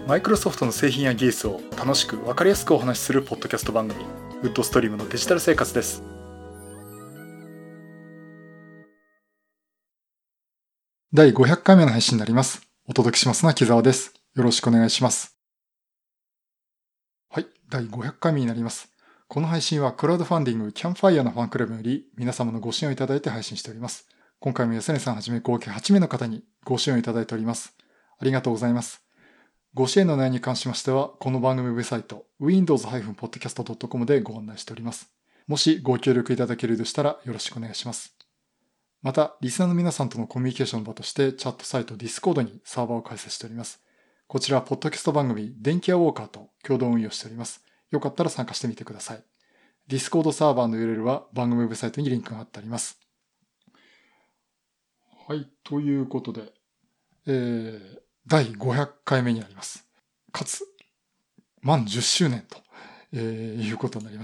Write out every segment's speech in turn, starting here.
マイクロソフトの製品や技術を楽しく分かりやすくお話しするポッドキャスト番組、ウッドストリームのデジタル生活です。第500回目の配信になります。お届けしますのは木澤です。よろしくお願いします。はい、第500回目になります。この配信はクラウドファンディングキャンファイヤーのファンクラブより皆様のご支援をいただいて配信しております。今回も安根さんはじめ合計8名の方にご支援をいただいております。ありがとうございます。ご支援の内容に関しましては、この番組ウェブサイト windows-podcast.com でご案内しております。もしご協力いただけるとしたらよろしくお願いします。また、リスナーの皆さんとのコミュニケーションの場としてチャットサイト Discord にサーバーを開設しております。こちらはポッドキャスト番組電気屋ウォーカーと共同運用しております。よかったら参加してみてください。Discord サーバーの URL は番組ウェブサイトにリンクが貼ってあります。はい、ということで、第500回目になります。かつ、満10周年と、いうことになります。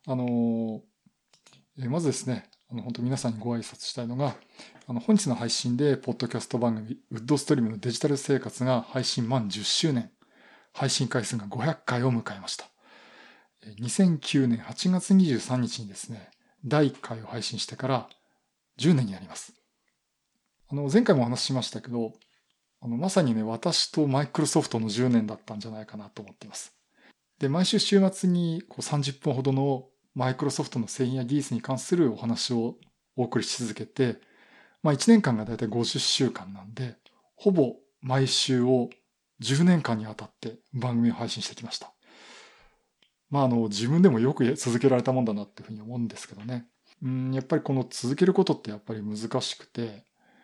まずですね、本当皆さんにご挨拶したいのが、本日の配信で、ポッドキャスト番組、ウッドストリームのデジタル生活が配信満10周年、配信回数が500回を迎えました。2009年8月23日にですね、第1回を配信してから10年になります。前回もお話ししましたけど、まさにね、私とマイクロソフトの10年だったんじゃないかなと思っています。で、毎週週末に30分ほどのマイクロソフトの製品や技術に関するお話をお送りし続けて、1年間がだいたい50週間なんで、ほぼ毎週を10年間にわたって番組を配信してきました。自分でもよく続けられたもんだなっていうふうに思うんですけどね。やっぱりこの続けることってやっぱり難しくて、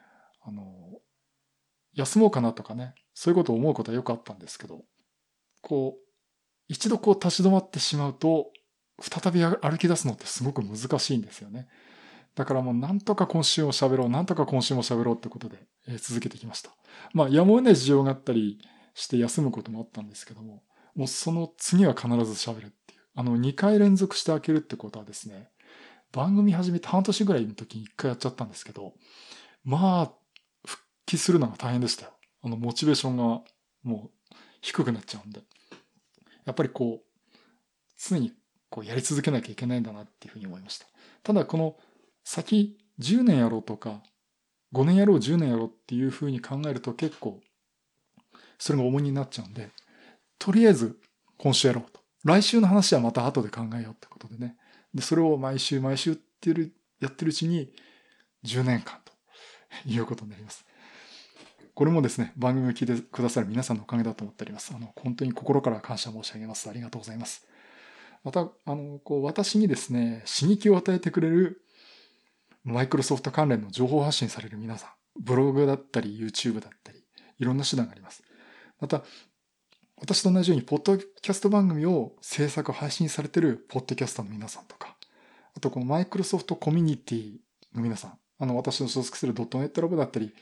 休もうかなとかね、そういうことを思うことはよくあったんですけど、一度立ち止まってしまうと、再び歩き出すのってすごく難しいんですよね。だからもうなんとか今週も喋ろう、なんとか今週も喋ろうってことで続けてきました。やむを得ない事情があったりして休むこともあったんですけども、もうその次は必ず喋るっていう。2回連続して開けるってことはですね、番組始めて半年ぐらいの時に1回やっちゃったんですけど、復帰するのが大変でしたよ。モチベーションがもう低くなっちゃうんで。やっぱり常にやり続けなきゃいけないんだなっていうふうに思いました。ただこの先10年やろうとか、5年やろう、10年やろうっていうふうに考えると結構、それが重荷になっちゃうんで、とりあえず今週やろうと。来週の話はまた後で考えようってことでね。で、それを毎週毎週やってるうちに10年間ということになります。これもですね、番組を聞いてくださる皆さんのおかげだと思っております。本当に心から感謝申し上げます。ありがとうございます。また、私にですね、刺激を与えてくれるマイクロソフト関連の情報発信される皆さん、ブログだったり YouTube だったり、いろんな手段があります。また、私と同じように、ポッドキャスト番組を制作、配信されているポッドキャスターの皆さんとか、あとこのマイクロソフトコミュニティの皆さん、私の所属する .NET ラボだったり、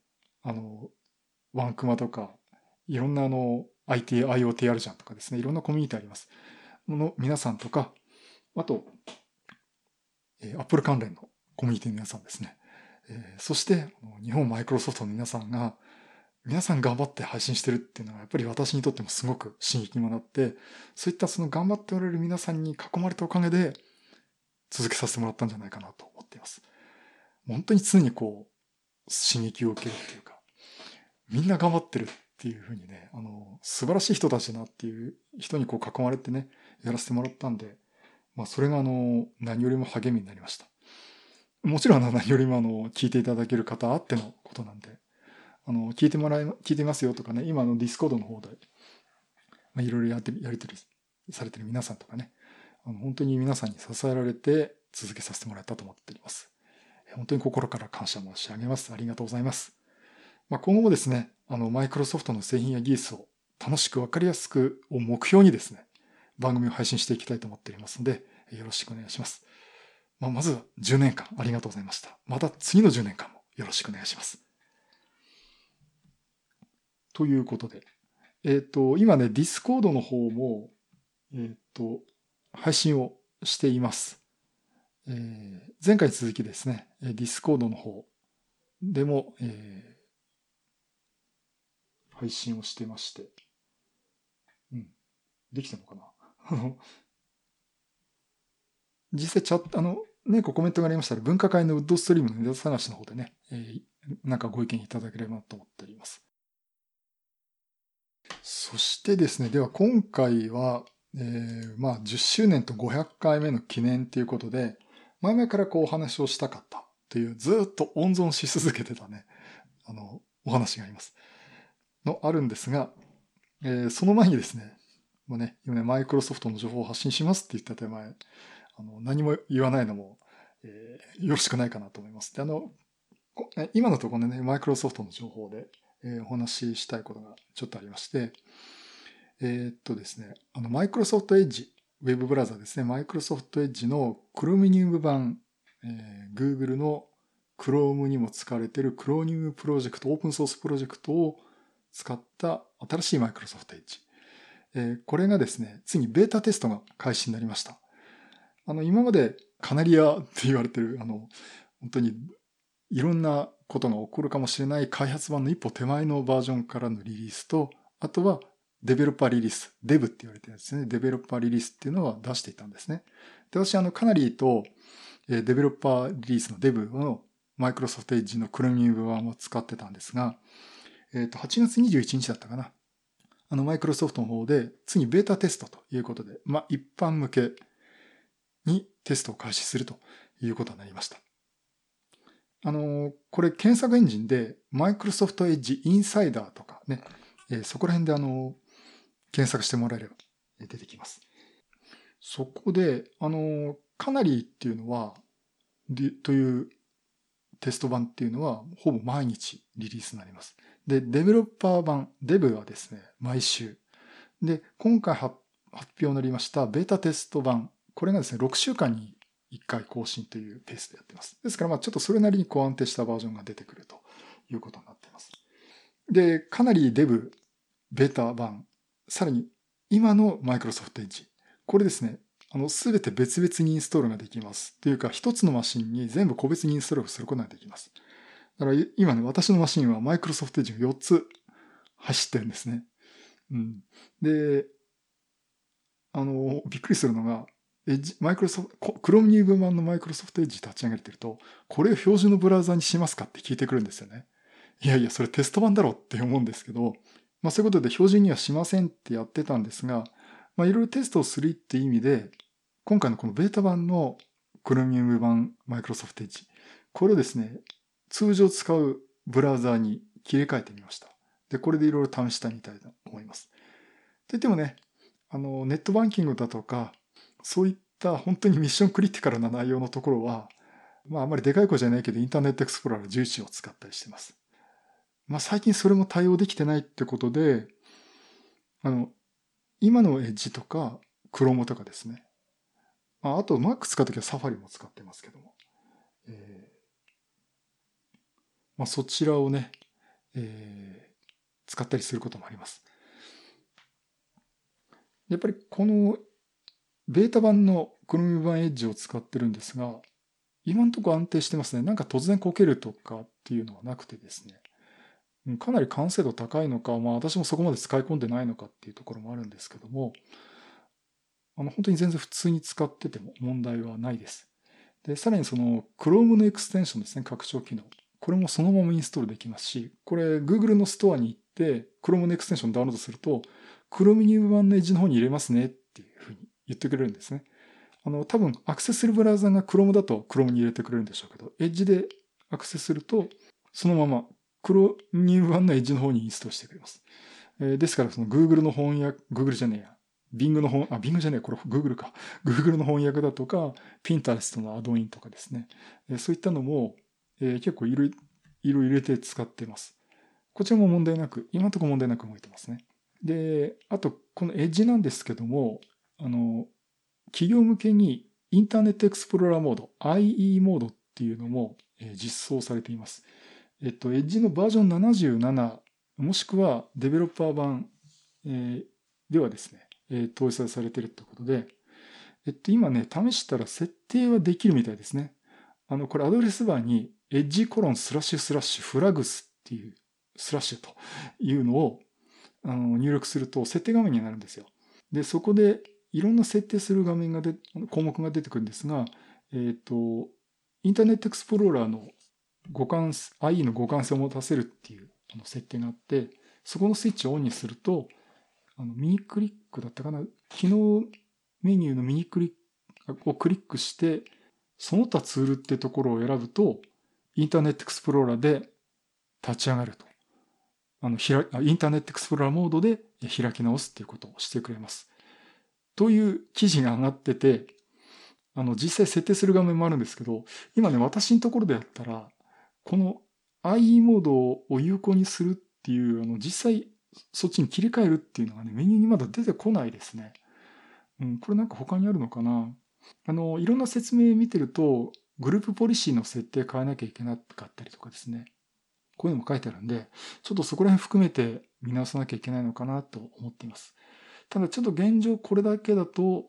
ワンクマとか、いろんなIT、IoT あるじゃんとかですね、いろんなコミュニティあります。の皆さんとか、あと、Apple 関連のコミュニティの皆さんですね。そして、日本マイクロソフトの皆さんが、皆さん頑張って配信してるっていうのは、やっぱり私にとってもすごく刺激にもなって、そういったその頑張っておられる皆さんに囲まれたおかげで、続けさせてもらったんじゃないかなと思っています。本当に常に刺激を受けるっていうか、みんな頑張ってるっていうふうにね、素晴らしい人たちだなっていう人に囲まれてね、やらせてもらったんで、それが何よりも励みになりました。もちろん何よりも聞いていただける方あってのことなんで、聞いてますよとかね、今ディスコードの方で、いろいろやり取りされてる皆さんとかね、本当に皆さんに支えられて続けさせてもらったと思っております。本当に心から感謝申し上げます。ありがとうございます。今後もですね、マイクロソフトの製品や技術を楽しくわかりやすくを目標にですね、番組を配信していきたいと思っておりますので、よろしくお願いします。まずは10年間ありがとうございました。また次の10年間もよろしくお願いします。ということで、今ね、ディスコードの方も、配信をしています。前回に続きですね、ディスコードの方でも、配信をしてまして、 できたのかな。実際コメントがありましたら、分科会のウッドストリームのネタ探しの方でね、なんかご意見いただければと思っております。そしてですね、では今回は、10周年と500回目の記念ということで、前々からお話をしたかったという、ずっと温存し続けてたね、お話があります。あるんですが、その前にですね、今ね、マイクロソフトの情報を発信しますって言った手前、何も言わないのも、よろしくないかなと思います。で、今のところね、マイクロソフトの情報で、お話ししたいことがちょっとありまして、ですね、マイクロソフトエッジ、ウェブブラウザですね、マイクロソフトエッジの Chromium 版、Google の Chrome にも使われている Chromium プロジェクト、オープンソースプロジェクトを使った新しいマイクロソフトエッジ。これがですね、ついにベータテストが開始になりました。今までカナリアって言われてる、本当にいろんなことが起こるかもしれない開発版の一歩手前のバージョンからのリリースと、あとはデベロッパーリリース、デブって言われてるんですね。デベロッパーリリースっていうのは出していたんですね。で、私、カナリーとデベロッパーリリースのデブのマイクロソフトエッジのクロミウム版を使ってたんですが、8月21日だったかな。マイクロソフトの方で次ベータテストということで、一般向けにテストを開始するということになりました。これ検索エンジンでマイクロソフトエッジインサイダーとかね、そこら辺で検索してもらえれば出てきます。そこで、カナリーっていうのは、というテスト版っていうのは、ほぼ毎日リリースになります。で、デベロッパー版、デブはですね、毎週。で、今回発表になりましたベータテスト版、これがですね、6週間に1回更新というペースでやっています。ですから、ちょっとそれなりに安定したバージョンが出てくるということになっています。で、かなりデブ、ベータ版、さらに今のマイクロソフトエッジ。これですね、すべて別々にインストールができます。というか、一つのマシンに全部個別にインストールすることができます。だから今ね、私のマシンはマイクロソフトエッジが4つ走ってるんですね。うん。で、びっくりするのが、マイクロソフト、クロミウム版のマイクロソフトエッジ立ち上げてると、これを標準のブラウザにしますかって聞いてくるんですよね。いやいや、それテスト版だろって思うんですけど、そういうことで標準にはしませんってやってたんですが、いろいろテストをするっていう意味で、今回のこのベータ版のクロミウム版マイクロソフトエッジ、これをですね、通常使うブラウザーに切り替えてみました。で、これでいろいろ試したいみたいと思います。といってもね、ネットバンキングだとか、そういった本当にミッションクリティカルな内容のところは、あんまりでかい子じゃないけど、インターネットエクスプローラー11を使ったりしてます。最近それも対応できてないってことで、今のエッジとか、クロームとかですね。あと Mac 使うときはサファリも使ってますけども。そちらをね、使ったりすることもあります。やっぱりこのベータ版の Chrome 版エッジを使ってるんですが、今のところ安定してますね。なんか突然こけるとかっていうのはなくてですね。かなり完成度高いのか、私もそこまで使い込んでないのかっていうところもあるんですけども、本当に全然普通に使ってても問題はないです。で、さらにその Chrome のエクステンションですね、拡張機能。これもそのままインストールできますし、これ Google のストアに行って Chrome のエクステンションダウンロードすると、Chromium 版のエッジの方に入れますねっていうふうに言ってくれるんですね。多分アクセスするブラウザが Chrome だと Chrome に入れてくれるんでしょうけど、エッジでアクセスすると、そのまま Chromium 版のエッジの方にインストールしてくれます。ですからその Google の翻訳、Google じゃねえや。Bing のBing じゃねえ、これ Google か。Google の翻訳だとか、Pinterest のアドインとかですね。そういったのも、結構色入れて使っています。こちらも問題なく、今のところ問題なく動いてますね。で、あと、このエッジなんですけども、企業向けにインターネットエクスプローラーモード、IE モードっていうのも実装されています。エッジのバージョン77、もしくはデベロッパー版、ではですね、搭載されているということで、今ね、試したら設定はできるみたいですね。これアドレスバーに edge://flags っていうスラッシュというのを入力すると設定画面になるんですよ。 で、そこでいろんな設定する画面が項目が出てくるんですが、インターネットエクスプローラーのIE の互換性を持たせるっていう設定があって、そこのスイッチをオンにすると、ミニクリックだったかな、機能メニューのミニクリックをクリックして、その他ツールってところを選ぶと、インターネットエクスプローラーで立ち上がると。インターネットエクスプローラーモードで開き直すっていうことをしてくれます。という記事が上がってて、実際設定する画面もあるんですけど、今ね、私のところでやったら、この IE モードを有効にするっていう、実際そっちに切り替えるっていうのがね、メニューにまだ出てこないですね。これなんか他にあるのかな。いろんな説明見てると、グループポリシーの設定変えなきゃいけなかったりとかですね。こういうのも書いてあるんで、ちょっとそこら辺含めて見直さなきゃいけないのかなと思っています。ただちょっと現状これだけだと、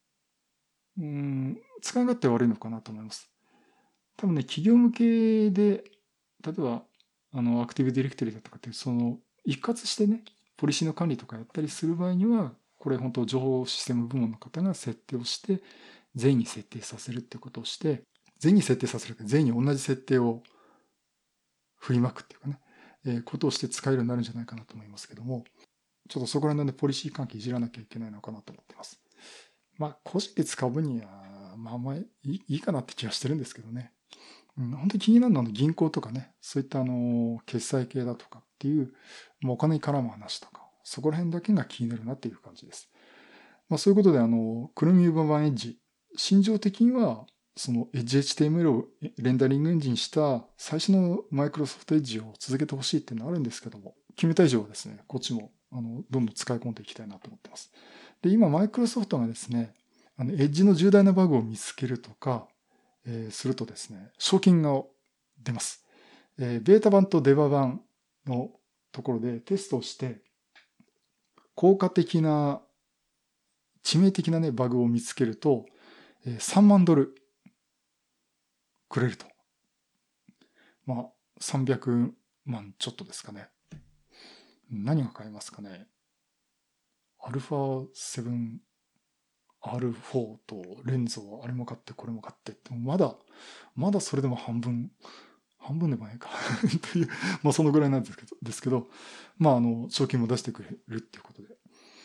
使い勝手悪いのかなと思います。多分ね、企業向けで、例えば、アクティブディレクトリだとかって、一括してね、ポリシーの管理とかやったりする場合には、これ本当情報システム部門の方が設定をして、全員に設定させるってことをして、全員に設定させるって全員に同じ設定を振りまくっていうかね、ことをして使えるようになるんじゃないかなと思いますけども、ちょっとそこら辺の、ね、ポリシー関係いじらなきゃいけないのかなと思ってます。まあ、個人で使う分には、まあまあいいかなって気がしてるんですけどね。本当に気になるのは銀行とかね、そういった決済系だとかっていう、もうお金に絡む話とか、そこら辺だけが気になるなっていう感じです。まあそういうことでChromium 版 Edge、心情的には、その Edge HTML をレンダリングエンジンした最初の Microsoft Edge を続けてほしいっていうのはあるんですけども、決めた以上はですね、こっちもどんどん使い込んでいきたいなと思ってます。で、今 Microsoft がですね、Edge の重大なバグを見つけるとか、するとですね、賞金が出ます。ベータ版とデバ版のところでテストをして、効果的な、致命的なね、バグを見つけると、3万ドルくれると。まあ、300万ちょっとですかね。何が買えますかね。アルファ7 R4 とレンズをあれも買ってこれも買ってって、まだそれでも半分でもないかという、まあそのぐらいなんですけど、まあ賞金も出してくれるっていうことで、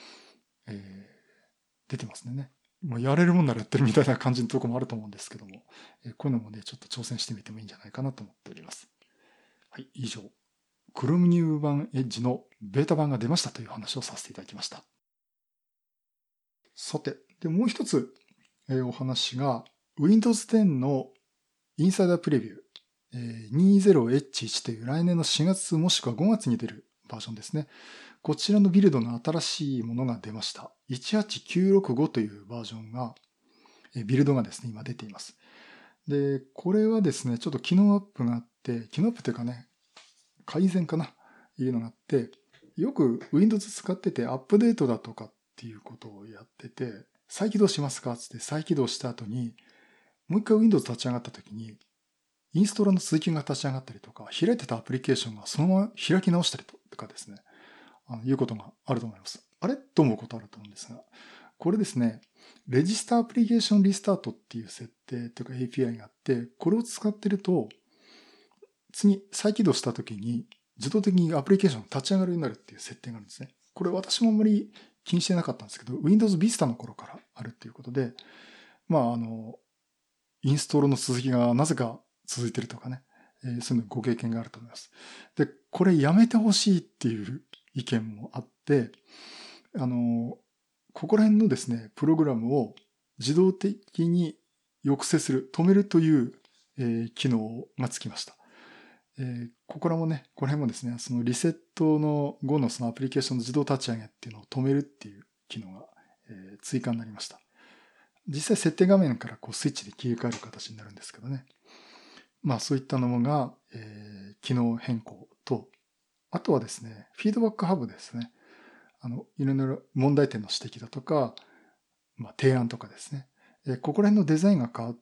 出てますね。もうやれるもんならやってるみたいな感じのところもあると思うんですけども、こういうのもね、ちょっと挑戦してみてもいいんじゃないかなと思っております。はい、以上。Chromium 版 Edge のベータ版が出ましたという話をさせていただきました。さて、で、もう一つ、お話が Windows 10のインサイダープレビュー、20H1 という来年の4月もしくは5月に出るバージョンですね。こちらのビルドの新しいものが出ました。18965というバージョンが、ビルドがですね、今出ています。で、これはですね、ちょっと機能アップがあって、機能アップというかね、改善かな、いうのがあって、よく Windows 使っててアップデートだとかっていうことをやってて、再起動しますかつって再起動した後に、もう一回 Windows 立ち上がった時に、インストーラーの続きが立ち上がったりとか、開いてたアプリケーションがそのまま開き直したりとかですね、いうことがあると思います。あれと思うことあると思うんですが、これですね、レジスターアプリケーションリスタートっていう設定というか API があって、これを使ってると、次再起動した時に自動的にアプリケーション立ち上がるようになるっていう設定があるんですね。これ私もあんまり気にしてなかったんですけど、Windows Vista の頃からあるっていうことで、まあインストールの続きがなぜか続いてるとかね、そういうのご経験があると思います。で、これやめてほしいっていう意見もあって、ここら辺のですね、プログラムを自動的に抑制する、止めるという、機能がつきました。ここらもね、この辺もですね、そのリセットの後のそのアプリケーションの自動立ち上げっていうのを止めるっていう機能が、追加になりました。実際設定画面からこうスイッチで切り替える形になるんですけどね。まあそういったのが、機能変更と、あとはですね、フィードバックハブですね。いろいろ問題点の指摘だとか、まあ、提案とかですね。ここら辺のデザインが変わって、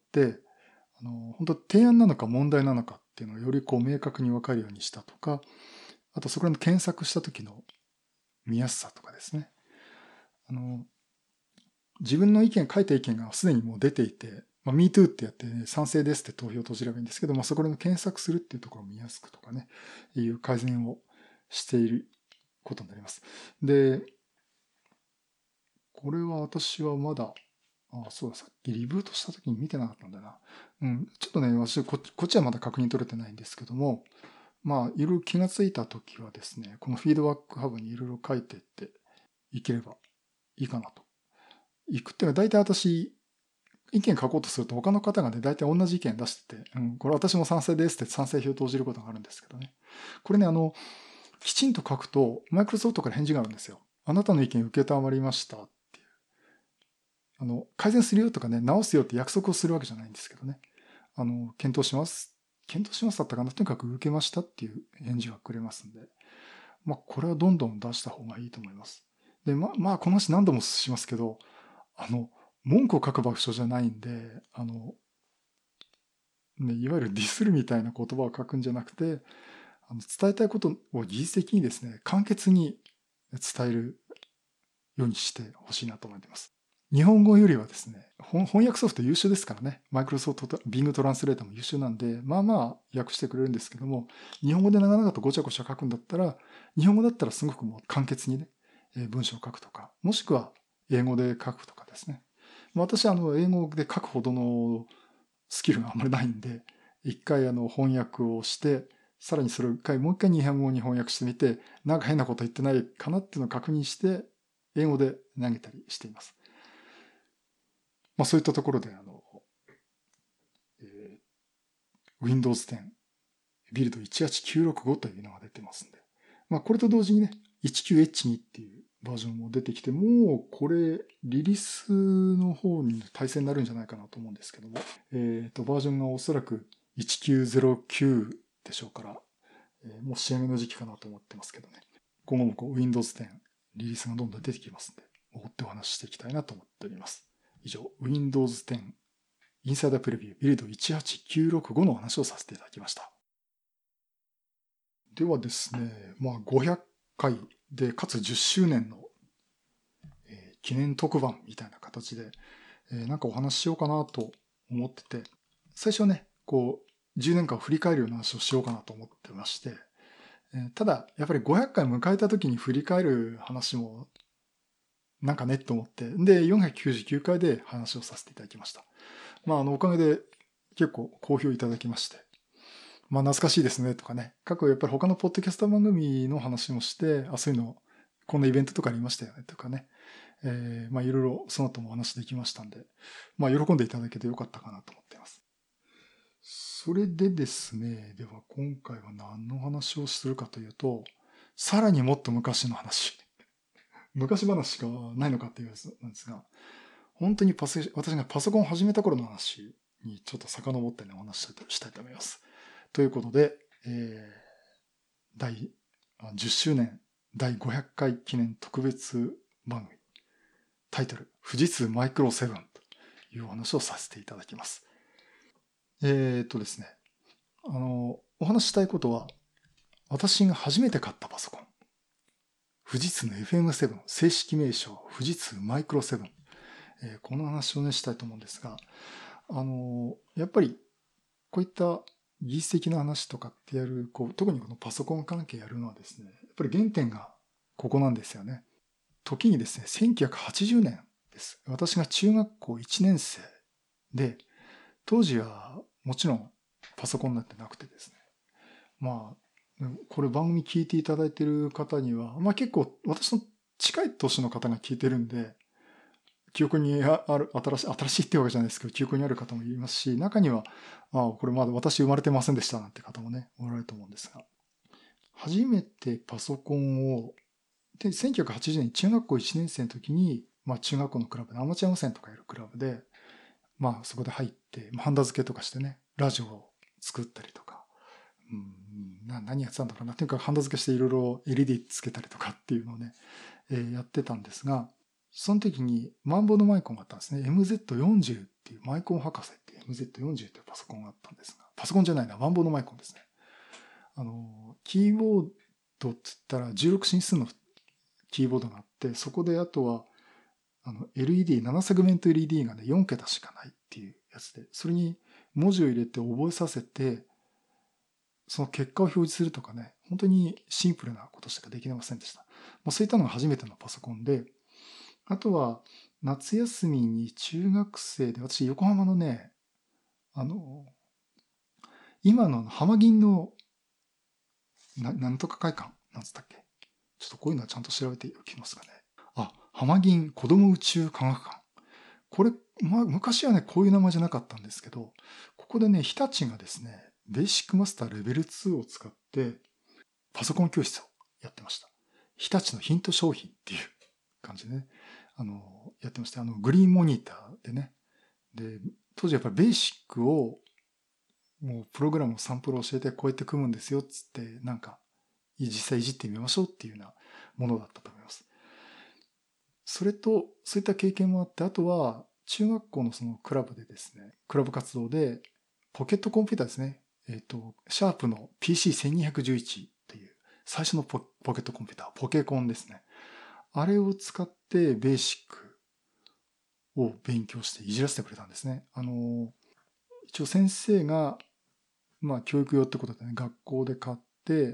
本当提案なのか問題なのかっていうのをよりこう明確に分かるようにしたとか、あとそこら辺の検索した時の見やすさとかですね。 自分の書いた意見がすでにもう出ていて、Me too ってやって、ね、賛成ですって投票を閉じればいいんですけど、そこで検索するっていうところを見やすくとかね、いう改善をしていることになります。で、これは私はまだ、そうだ、さっきリブートした時に見てなかったんだな。ちょっとね、私、こっちはまだ確認取れてないんですけども、いろいろ気がついた時はですね、このフィードバックハブにいろいろ書いていっていければいいかなと。いくっていうのは大体私、意見書こうとすると他の方がね、大体同じ意見出してて、これ私も賛成ですって賛成票を投じることがあるんですけどね。これね、きちんと書くと、マイクロソフトから返事があるんですよ。あなたの意見受けたまりましたっていう。改善するよとかね、直すよって約束をするわけじゃないんですけどね。検討します。検討しますだったかな。とにかく受けましたっていう返事がくれますんで。これはどんどん出した方がいいと思います。で、この話何度もしますけど、文句を書く場所じゃないんで、いわゆるディスるみたいな言葉を書くんじゃなくて、伝えたいことを技術的にですね、簡潔に伝えるようにしてほしいなと思っています。日本語よりはですね、翻訳ソフト優秀ですからね、マイクロソフト、ビングトランスレーターも優秀なんで、訳してくれるんですけども、日本語で長々とごちゃごちゃ書くんだったら、日本語だったらすごくもう簡潔にね、文章を書くとか、もしくは英語で書くとかですね。私は英語で書くほどのスキルがあんまりないんで、一回翻訳をして、さらにそれをもう一回日本語に翻訳してみて、なんか変なこと言ってないかなっていうのを確認して、英語で投げたりしています。そういったところで、Windows 10ビルド18965というのが出てますんで、これと同時にね、19H2 っていうバージョンも出てきて、もうこれリリースの方に対戦になるんじゃないかなと思うんですけども、バージョンがおそらく1909でしょうから、もう仕上げの時期かなと思ってますけどね。今後もWindows 10リリースがどんどん出てきますんで、追ってお話ししていきたいなと思っております。以上、Windows 10インサイダープレビュービルド18965のお話をさせていただきました。ではですね、500回で、かつ10周年の、記念特番みたいな形で、なんかお話ししようかなと思ってて、最初ね、10年間を振り返るような話をしようかなと思ってまして、ただ、やっぱり500回迎えた時に振り返る話も、なんかねと思って、で、499回で話をさせていただきました。おかげで結構好評いただきまして、懐かしいですねとかね、過去やっぱり他のポッドキャスト番組の話もして、そういうの、こんなイベントとかありましたよねとかね、いろいろその後もお話できましたんで、喜んでいただけてよかったかなと思っています。それでですね、では今回は何の話をするかというと、さらにもっと昔の話。昔話しかないのかっていうやつなんですが、本当に私がパソコンを始めた頃の話にちょっと遡ってね、お話したいと思います。ということで、第10周年第500回記念特別番組、タイトル、富士通マイクロ7というお話をさせていただきます。ですね、お話ししたいことは、私が初めて買ったパソコン、富士通の FM7、正式名称、富士通マイクロ7、この話をね、したいと思うんですが、やっぱり、こういった技術的な話とかってやる、特にこのパソコン関係やるのはですね、やっぱり原点がここなんですよね。時にですね、1980年です。私が中学校1年生で、当時はもちろんパソコンなんてなくてですね。これ番組聞いていただいている方には、結構私の近い年の方が聞いてるんで、記憶にある、新しいってわけじゃないですけど、記憶にある方もいますし、中には、これまだ私生まれてませんでしたなんて方もね、おられると思うんですが、初めてパソコンを、で、1980年中学校1年生の時に、中学校のクラブでアマチュア無線とかやるクラブで、そこで入って、ハンダ付けとかしてね、ラジオを作ったりとか、何やってたんだろうな。というか、ハンダ付けしていろいろ LED つけたりとかっていうのをね、やってたんですが、その時にマンボのマイコンがあったんですね。MZ40 っていうマイコン博士っていう MZ40 っていうパソコンがあったんですが、パソコンじゃないな、マンボのマイコンですね。キーボードって言ったら16進数のキーボードがあって、そこであとは LED、7セグメント LED がね、4桁しかないっていうやつで、それに文字を入れて覚えさせて、その結果を表示するとかね、本当にシンプルなことしかできませんでした。そういったのが初めてのパソコンで、あとは夏休みに中学生で、私横浜のね、今の浜銀のなんとか会館なんつったっけ、ちょっとこういうのはちゃんと調べておきますかね。浜銀子供宇宙科学館。これ、昔はね、こういう名前じゃなかったんですけど、ここでね、日立がですね、ベーシックマスターレベル2を使って、パソコン教室をやってました。日立のヒント商品っていう感じでね、やってました。グリーンモニターでね。で、当時やっぱりベーシックを、もうプログラムをサンプルを教えてこうやって組むんですよっつって、なんか、実際いじってみましょうっていうようなものだったと思います。それと、そういった経験もあって、あとは、中学校のそのクラブでですね、クラブ活動で、ポケットコンピューターですね。シャープの PC1211 という最初のポケットコンピューター、ポケコンですね。あれを使ってベーシックを勉強していじらせてくれたんですね。一応先生が、教育用ってことでね、学校で買って、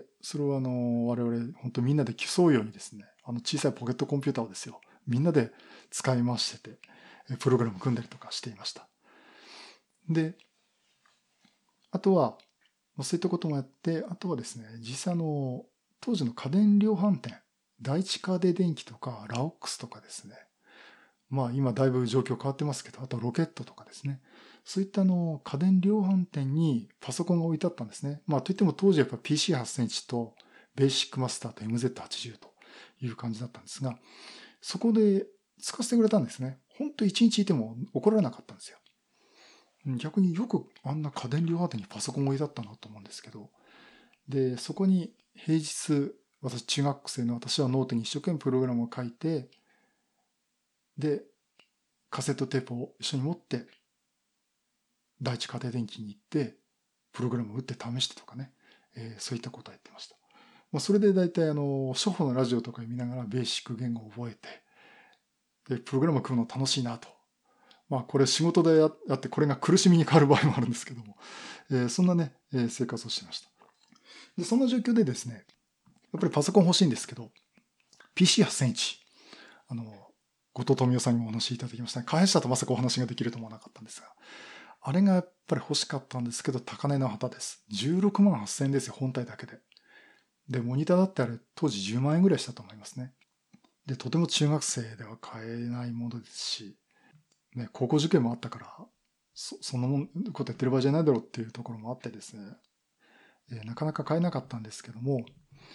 それを我々、本当みんなで競うようにですね、小さいポケットコンピューターをですよ、みんなで使い回してて、プログラム組んだりとかしていました。で、あとは、そういったこともやって、あとはですね、実際当時の家電量販店、第一家電電機とか、ラオックスとかですね、今だいぶ状況変わってますけど、あとロケットとかですね、そういった家電量販店にパソコンが置いてあったんですね。といっても当時やっぱ PC8001 とベーシックマスターと MZ80 という感じだったんですが、そこで使わせてくれたんですね。ほんと1日いても怒られなかったんですよ。逆によくあんな家電量販店にパソコン置いてあったなと思うんですけど、で、そこに平日、中学生の私はノートに一生懸命プログラムを書いて、で、カセットテープを一緒に持って、第一家庭電機に行って、プログラムを打って試してとかね、そういったことをやってました。それで大体初歩のラジオとか見ながらベーシック言語を覚えて、で、プログラムを組むの楽しいなと。これ仕事でやってこれが苦しみに変わる場合もあるんですけども、そんなね、生活をしてました。で、そんな状況でですね、やっぱりパソコン欲しいんですけど、PC8001、後藤富夫さんにもお話しいただきましたね。開発者とまさかお話ができると思わなかったんですが、あれがやっぱり欲しかったんですけど、高値の旗です。16万8000円ですよ、本体だけで。で、モニターだってあれ、当時10万円ぐらいしたと思いますね。で、とても中学生では買えないものですし、ね、高校受験もあったから、そんなことやってる場合じゃないだろうっていうところもあってですね、なかなか買えなかったんですけども、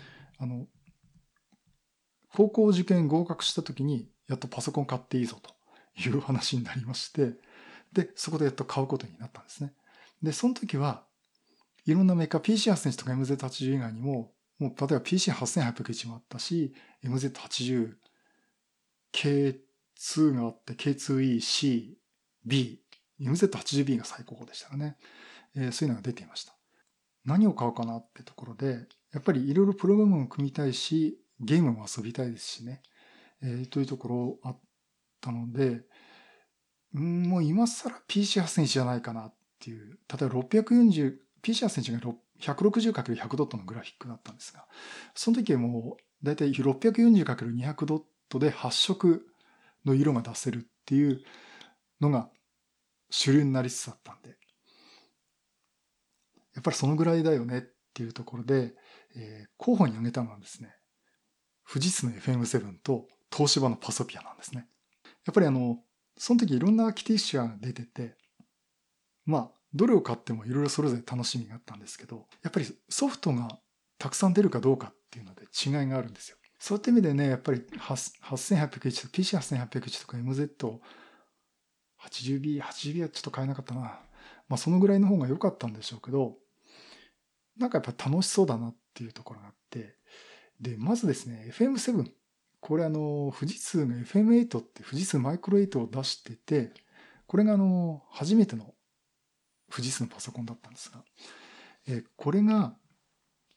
高校受験合格した時に、やっとパソコン買っていいぞという話になりまして、で、そこでやっと買うことになったんですね。で、その時は、いろんなメーカー、PC8000 とか MZ80 以外にも、もう例えば PC8801 もあったし、MZ80、K2 があって、K2E、C、B、MZ80B が最高峰でしたね。そういうのが出ていました。何を買おうかなってところで、やっぱりいろいろプログラムを組みたいし、ゲームも遊びたいですしね、というところあったので、もう今更 PC8000 じゃないかなっていう、例えばPC8000 が 160×100 ドットのグラフィックだったんですが、その時はもうだいたい 640×200 ドットで8色の色が出せるっていうのが主流になりつつあったんで、やっぱりそのぐらいだよねっていうところで、候補に挙げたのはですね、富士通の FM7 と東芝のパソピアなんですね。やっぱりその時いろんなアーキテクチャが出てて、どれを買ってもいろいろそれぞれ楽しみがあったんですけど、やっぱりソフトがたくさん出るかどうかっていうので違いがあるんですよ。そういった意味でね、やっぱり8801と PC8801 とか MZ80B、80B はちょっと買えなかったな。そのぐらいの方が良かったんでしょうけど、なんかやっぱ楽しそうだなっていうところがあって、で、まずですね、FM7。これ富士通の FM8 って富士通マイクロ8を出してて、これが初めての富士通のパソコンだったんですが、これが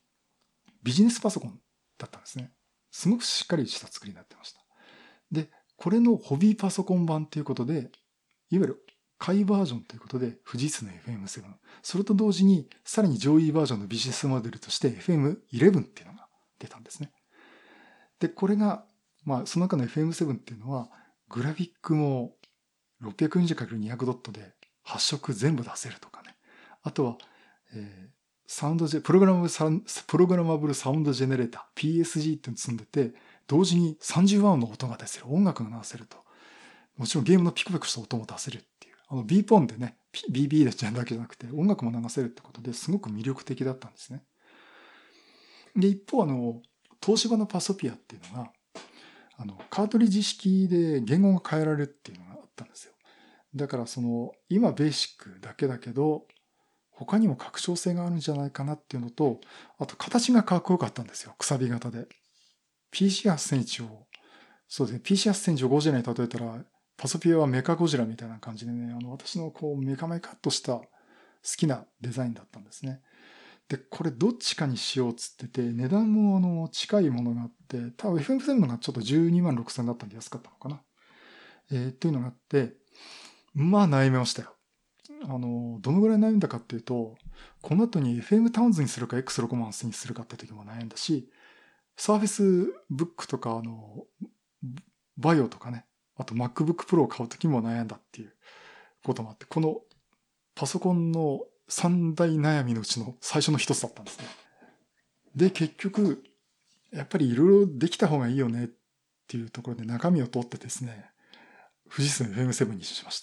ビジネスパソコンだったんですね。すごくしっかりした作りになってました。で、 これのホビーパソコン版ということで、いわゆる下位バージョンということで、富士通の FM7。それと同時に、さらに上位バージョンのビジネスモデルとして FM11 っていうのが出たんですね。で、これが、その中の FM7 っていうのは、グラフィックも 640×200 ドットで8色全部出せるとかね。あとは、プログラマブルサウンドジェネレーター、PSG っていうのを積んでて、同時に30和音の音が出せる、音楽が流せると。もちろんゲームのピコピコした音も出せるっていう。B ポンでね、BB じゃだけじゃなくて、音楽も流せるってことですごく魅力的だったんですね。で、一方、東芝のパソピアっていうのが、カートリッジ式で言語が変えられるっていうのがあったんですよ。だから今ベーシックだけだけど、他にも拡張性があるんじゃないかなっていうのと、あと形がかっこよかったんですよ。くさび型で。PC8001 を、そうですね、PC8001 をゴジラに例えたら、パソピアはメカゴジラみたいな感じでね、私のメカメカっとした好きなデザインだったんですね。で、これどっちかにしようっつってて、値段も近いものがあって、多分 FM7 のがちょっと12万6千だったんで安かったのかな。というのがあって、悩みましたよ。どのぐらい悩んだかっていうと、この後に FM タウンズにするか X ロコマンスにするかって時も悩んだし、サーフェスブックとかバイオとかね、あと MacBook Pro を買う時も悩んだっていうこともあって、このパソコンの三大悩みのうちの最初の一つだったんですね。で、結局、やっぱりいろいろできた方がいいよねっていうところで中身を取ってですね、富士通の FM7 にしました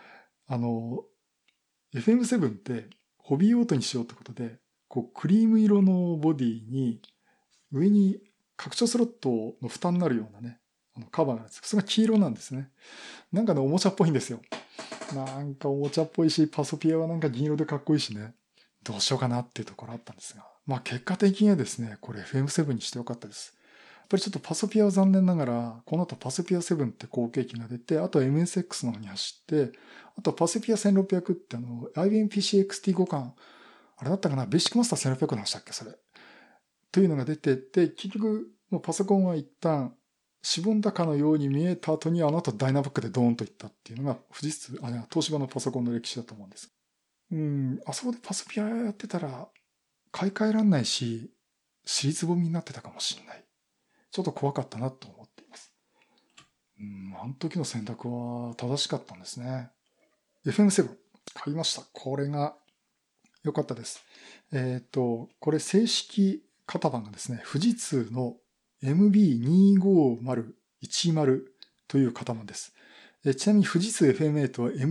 。FM7 ってホビー用途にしようってことで、クリーム色のボディに上に拡張スロットの蓋になるようなね、カバーがあるんですけど、それが黄色なんですね。なんかおもちゃっぽいんですよ。なんかおもちゃっぽいし、パソピアはなんか銀色でかっこいいしね。どうしようかなっていうところあったんですが。結果的にはですね、これ FM7 にしてよかったです。やっぱりちょっとパソピアは残念ながら、この後パソピア7って後継機が出て、あとは MSX の方に走って、あとパソピア1600って IBM PC-XT 互換、あれだったかな、ベーシックマスター1600の話だっけ、それ。というのが出てって、結局、もうパソコンは一旦、しぼんだかのように見えた後にあの後ダイナバックでドーンといったっていうのが富士通、東芝のパソコンの歴史だと思うんです。あそこでパソピアやってたら買い替えらんないし、尻つぼみになってたかもしれない。ちょっと怖かったなと思っています。あの時の選択は正しかったんですね。FM7 買いました。これが良かったです。これ正式型番がですね、富士通の MB25010 という型番です。ちなみに富士通 FM8 は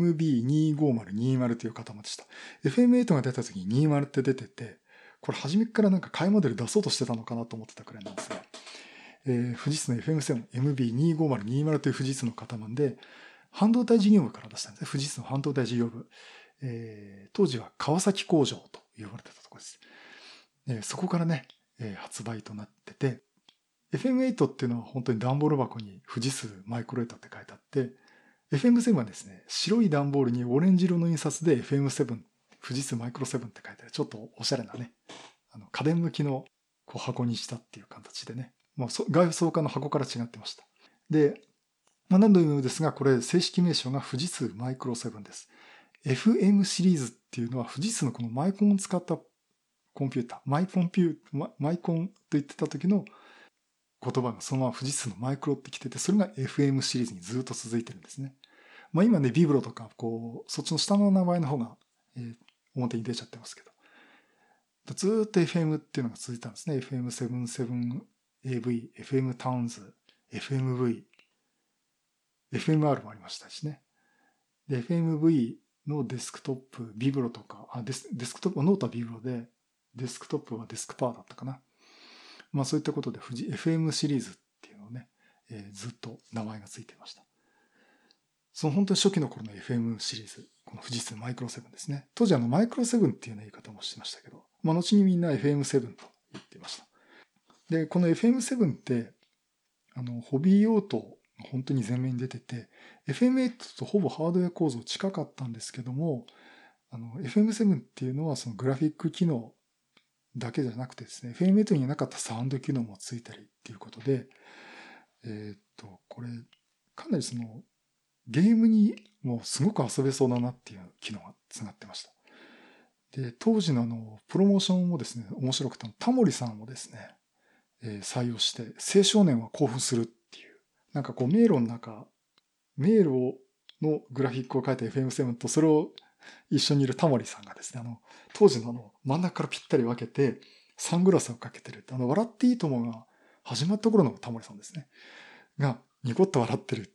MB25020 という型番でした。FM8 が出た時に20って出てて、これ初めからなんか買いモデル出そうとしてたのかなと思ってたくらいなんですが、富士通の FM7 MB25020 という富士通の型番で、半導体事業部から出したんですね。富士通の半導体事業部。当時は川崎工場と呼ばれてたところです。そこからね、発売となってて、FM8 っていうのは本当に段ボール箱に富士通マイクロエートって書いてあって、FM7 はですね、白い段ボールにオレンジ色の印刷で FM7、富士通マイクロ7って書いてある、ちょっとおしゃれなね、家電向きの箱にしたっていう形でね、外装化の箱から違ってました。で、何度も言うですが、これ正式名称が富士通マイクロ7です。FM シリーズっていうのは富士通のこのマイコンを使ったコンピューター、マイコンと言ってた時の言葉がそのまま富士通のマイクロってきてて、それが FM シリーズにずっと続いてるんですね。今ね、ビブロとか、そっちの下の名前の方が、表に出ちゃってますけど。ずっと FM っていうのが続いたんですね。FM77AV、FM タウンズ、FMV、FMR もありましたしね。で、FMV のデスクトップ、ビブロとか、デスクトップ、ノートはビブロで、デスクトップはデスクパワーだったかな。そういったことで、FM シリーズっていうのをね、ずっと名前がついていました。その本当に初期の頃の FM シリーズ、この富士通マイクロ7ですね。当時マイクロ7っていう言い方もしてましたけど、後にみんな FM7 と言っていました。で、この FM7 って、ホビー用途本当に前面に出てて、FM8 とほぼハードウェア構造近かったんですけども、FM7 っていうのはそのグラフィック機能だけじゃなくてですね、FM8 になかったサウンド機能もついたりっていうことで、これ、 かなりそのゲームにもうすごく遊べそうだなっていう機能がつながってました。で、当時のプロモーションもですね、面白くて、タモリさんをですね、採用して、青少年は興奮するっていう、なんかこう迷路の中、迷路のグラフィックを描いた FM7 とそれを一緒にいるタモリさんがですね、当時の真ん中からぴったり分けて、サングラスをかけてるって、笑っていいともが始まった頃のタモリさんですね。が、ニコッと笑ってるって、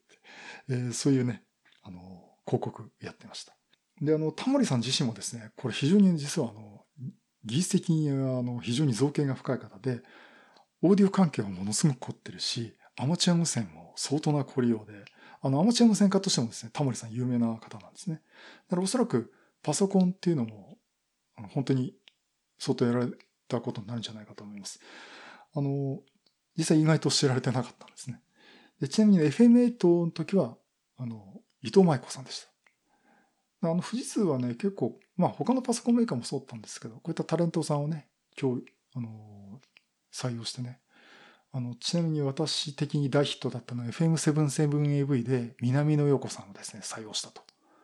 そういうね、広告やってました。で、タモリさん自身もですね、これ非常に実は技術的に非常に造形が深い方で、オーディオ関係はものすごく凝ってるし、アマチュア無線も相当な凝りようで、アマチュア無線家としてもですね、タモリさん有名な方なんですね。だからおそらくパソコンっていうのも、本当に相当やられたことになるんじゃないかと思います。実際意外と知られてなかったんですね。でちなみに FM8 の時は、伊藤舞子さんでした。富士通はね、結構、まあ他のパソコンメーカーもそうだったんですけど、こういったタレントさんをね、今日、採用してね。ちなみに私的に大ヒットだったのは FM77AV で南野陽子さんをですね、採用したと。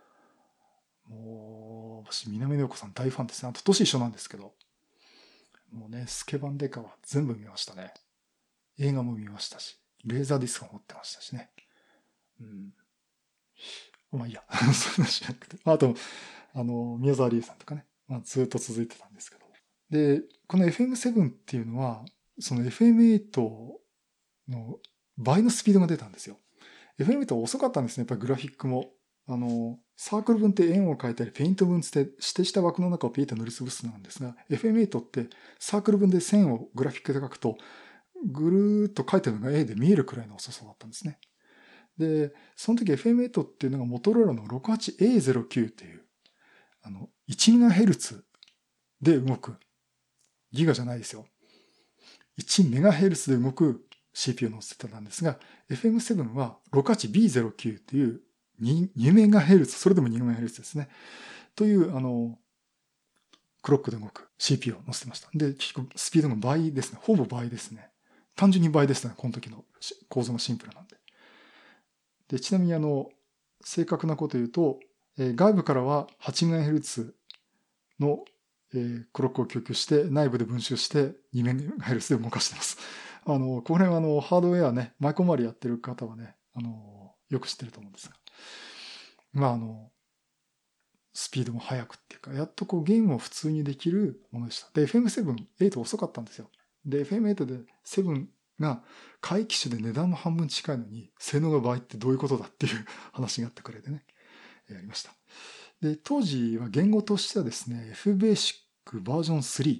もう、私南野陽子さん大ファンですね。あと年一緒なんですけど。もうね、スケバンデカは全部見ましたね。映画も見ましたし、レーザーディスクも持ってましたしね。うん。まあいいや。そういう話じゃなくて。あと、宮沢りえさんとかね。まあずっと続いてたんですけど。で、この FM7 っていうのは、その FM8 の倍のスピードが出たんですよ。FM8 は遅かったんですね。やっぱりグラフィックも。サークル分って円を描いたり、ペイント分って指定した枠の中をピーッと塗りつぶすなんですが、FM8 ってサークル分で線をグラフィックで描くと、ぐるーっと描いてるのが A で見えるくらいの遅さだったんですね。で、その時 FM8 っていうのがモトローラの 68A09 っていう、1MHz で動く、ギガじゃないですよ。1MHz で動く CPU を載せてたんですが、FM7 は 68B09 っていう2MHz、それでも 2MHz ですね。という、クロックで動く CPU を載せてました。で、結構スピードが倍ですね。ほぼ倍ですね。単純に倍ですね。この時の構造がシンプルなんで。で、ちなみに正確なこと言うと、外部からは 8MHz の、クロックを供給して、内部で分集して 2MHz で動かしてます。この辺はハードウェアね、マイコ周りやってる方はね、よく知ってると思うんですが。まあスピードも速くっていうか、やっとこうゲームを普通にできるものでした。で、FM7、8遅かったんですよ。で、FM8 で7が下位機種で値段の半分近いのに、性能が倍ってどういうことだっていう話があってくれてね、やりました。で、当時は言語としてはですね、FBasic バージョン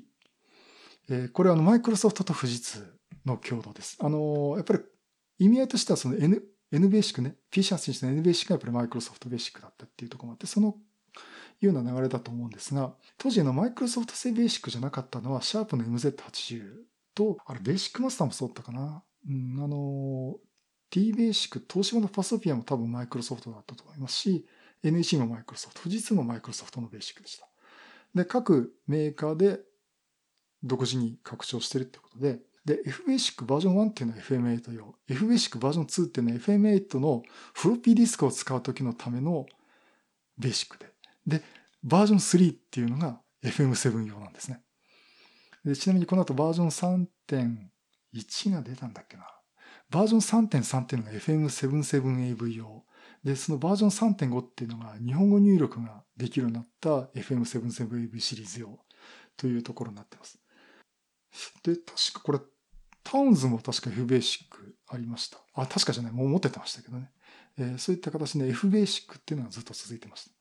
3。これはマイクロソフトと富士通の共同です。やっぱり意味合いとしてはその N ベーシックね、PC 発信して N ベーシックがやっぱりマイクロソフトベーシックだったっていうところもあって、そのような流れだと思うんですが、当時のマイクロソフト製ベーシックじゃなかったのは、シャープの MZ80 と、あれベーシックマスターもそうだったかな。T ベーシック、東芝のパソピアも多分マイクロソフトだったと思いますし、NEC もマイクロソフト、富士通もマイクロソフトのベーシックでした。で、各メーカーで独自に拡張してるってことで、で、FBasic バージョン1っていうのは FM8 用。FBasic バージョン2っていうのは FM8 のフロッピーディスクを使う時のためのベーシックで。で、バージョン3っていうのが FM7 用なんですね。で、ちなみにこの後バージョン 3.1 が出たんだっけな。バージョン 3.3 っていうのが FM77AV 用。で、そのバージョン 3.5 っていうのが日本語入力ができるようになった FM77AV シリーズ用というところになってます。で、確かこれ、タウンズも確か F ベーシックありました。あ、確かじゃない。もう持ってましたけどね。そういった形で F ベーシックっていうのがずっと続いてました。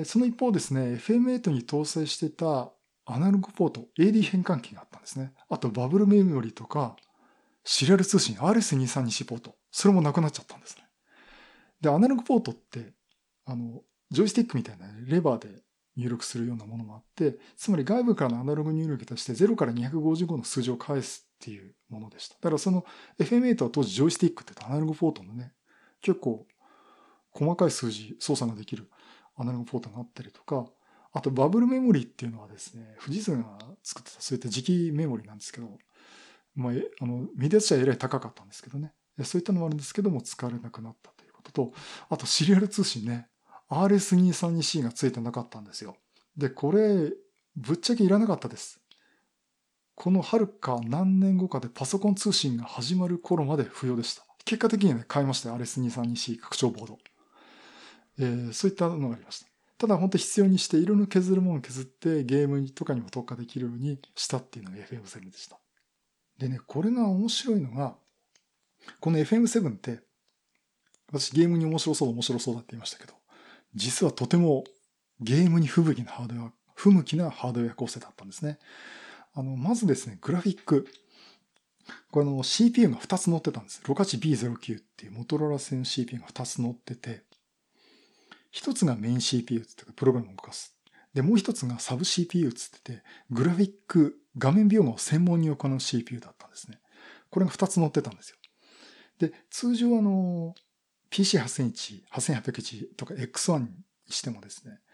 その一方ですね、FM8 に搭載してたアナログポート、AD 変換器があったんですね。あとバブルメモリとか、シリアル通信 RS232C ポート。それもなくなっちゃったんですね。で、アナログポートって、ジョイスティックみたいなレバーで入力するようなものもあって、つまり外部からのアナログ入力として0から255の数字を返すっていうものでした。だからその FM8 は当時ジョイスティックって言ったアナログポートのね、結構細かい数字操作ができるアナログポートがあったりとか、あとバブルメモリっていうのはですね、富士通が作ってたそういった磁気メモリなんですけど、まあ、メディアとしてはえらい高かったんですけどね。 そういったのもあるんですけども、使われなくなったということと、あとシリアル通信ね、RS232C がついてなかったんですよ。で、これ、ぶっちゃけいらなかったです。この遥か何年後かでパソコン通信が始まる頃まで不要でした。結果的にはね、買いましたよ。RS232C 拡張ボード。そういったのがありました。ただ本当必要にして色の削るものを削ってゲームとかにも特化できるようにしたっていうのが FM7 でした。でね、これが面白いのが、この FM7 って、私ゲームに面白そうだって言いましたけど、実はとてもゲームに不向きなハードウェア構成だったんですね。まずですね、グラフィック。これCPU が2つ載ってたんです。68B09 っていうモトローラ製の CPU が2つ載ってて、一つがメイン CPU って言ってプログラムを動かす。で、もう一つがサブ CPU って言ってて、グラフィック、画面描画を専門に行う CPU だったんですね。これが2つ載ってたんですよ。で、通常PC8001、8801とか X1 にしてもですね、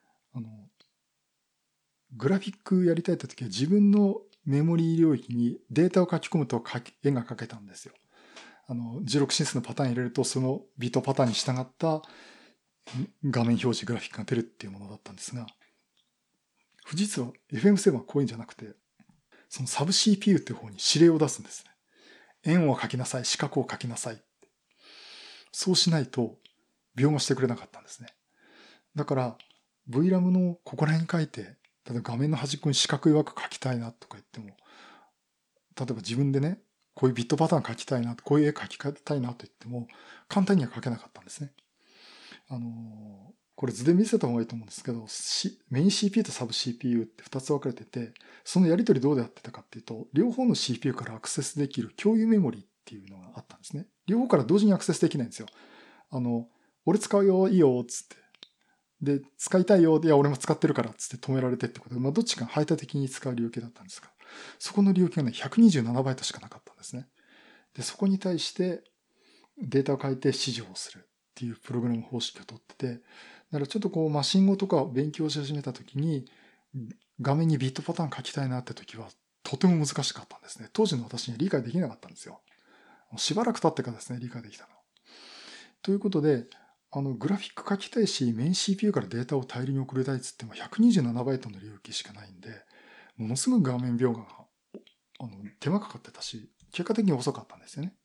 グラフィックやりたいときは自分のメモリー領域にデータを書き込むと絵が描けたんですよ。16進数のパターン入れるとそのビットパターンに従った画面表示グラフィックが出るっていうものだったんですが、富士通は FM7 はこういうんじゃなくて、そのサブ CPU っていう方に指令を出すんですね。円を書きなさい、四角を書きなさい。そうしないと描画してくれなかったんですね。だから VRAM のここら辺に書いて、例えば画面の端っこに四角い枠書きたいなとか言っても、例えば自分でね、こういうビットパターン書きたいな、こういう絵書きたいなと言っても、簡単には書けなかったんですね。これ図で見せた方がいいと思うんですけど、メイン CPU とサブ CPU って2つ分かれてて、そのやり取りどうやってたかっていうと、両方の CPU からアクセスできる共有メモリっていうのがあったんですね。両方から同時にアクセスできないんですよ。俺使うよ、いいよ、つって。で、使いたいよ、いや、俺も使ってるから、つって止められてってことで、どっちか排他的に使う領域だったんですが、そこの領域がね、127バイトしかなかったんですね。で、そこに対してデータを書いて指示をするっていうプログラム方式を取ってて、だからちょっとマシン語とかを勉強し始めたときに、画面にビットパターン書きたいなって時は、とても難しかったんですね。当時の私には理解できなかったんですよ。しばらく経ってからですね、理解できたの。ということで、グラフィック書きたいし、メイン CPU からデータを大量に送りたいっつっても127バイトの領域しかないんで、ものすごく画面描画が手間かかってたし、結果的に遅かったんですよね。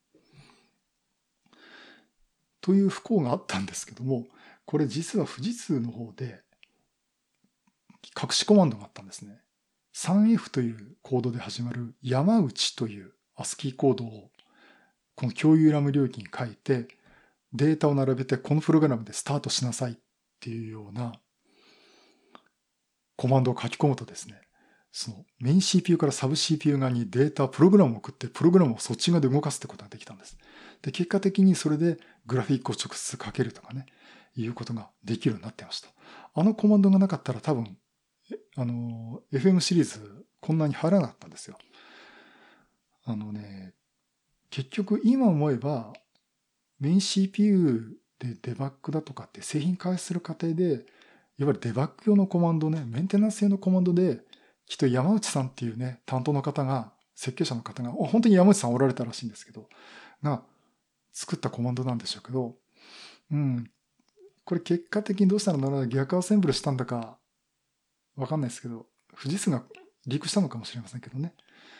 という不幸があったんですけども、これ実は富士通の方で隠しコマンドがあったんですね。3F というコードで始まる山内という ASCII コードをこの共有ラム領域に書いて、データを並べてこのプログラムでスタートしなさいっていうようなコマンドを書き込むとですね、そのメイン CPU からサブ CPU 側にデータ、プログラムを送って、プログラムをそっち側で動かすってことができたんです。で、結果的にそれでグラフィックを直接書けるとかね、いうことができるようになっていました。あのコマンドがなかったら多分、FM シリーズこんなに入らなかったんですよ。結局今思えば、メイン CPU でデバッグだとかって製品開発する過程で、いわゆるデバッグ用のコマンドね、メンテナンス用のコマンドで、きっと山内さんっていうね、担当の方が、設計者の方が、本当に山内さんおられたらしいんですけど、が作ったコマンドなんでしょうけど、これ結果的にどうしたのなら逆アセンブルしたんだか、わかんないですけど、富士通がリークしたのかもしれませんけどね、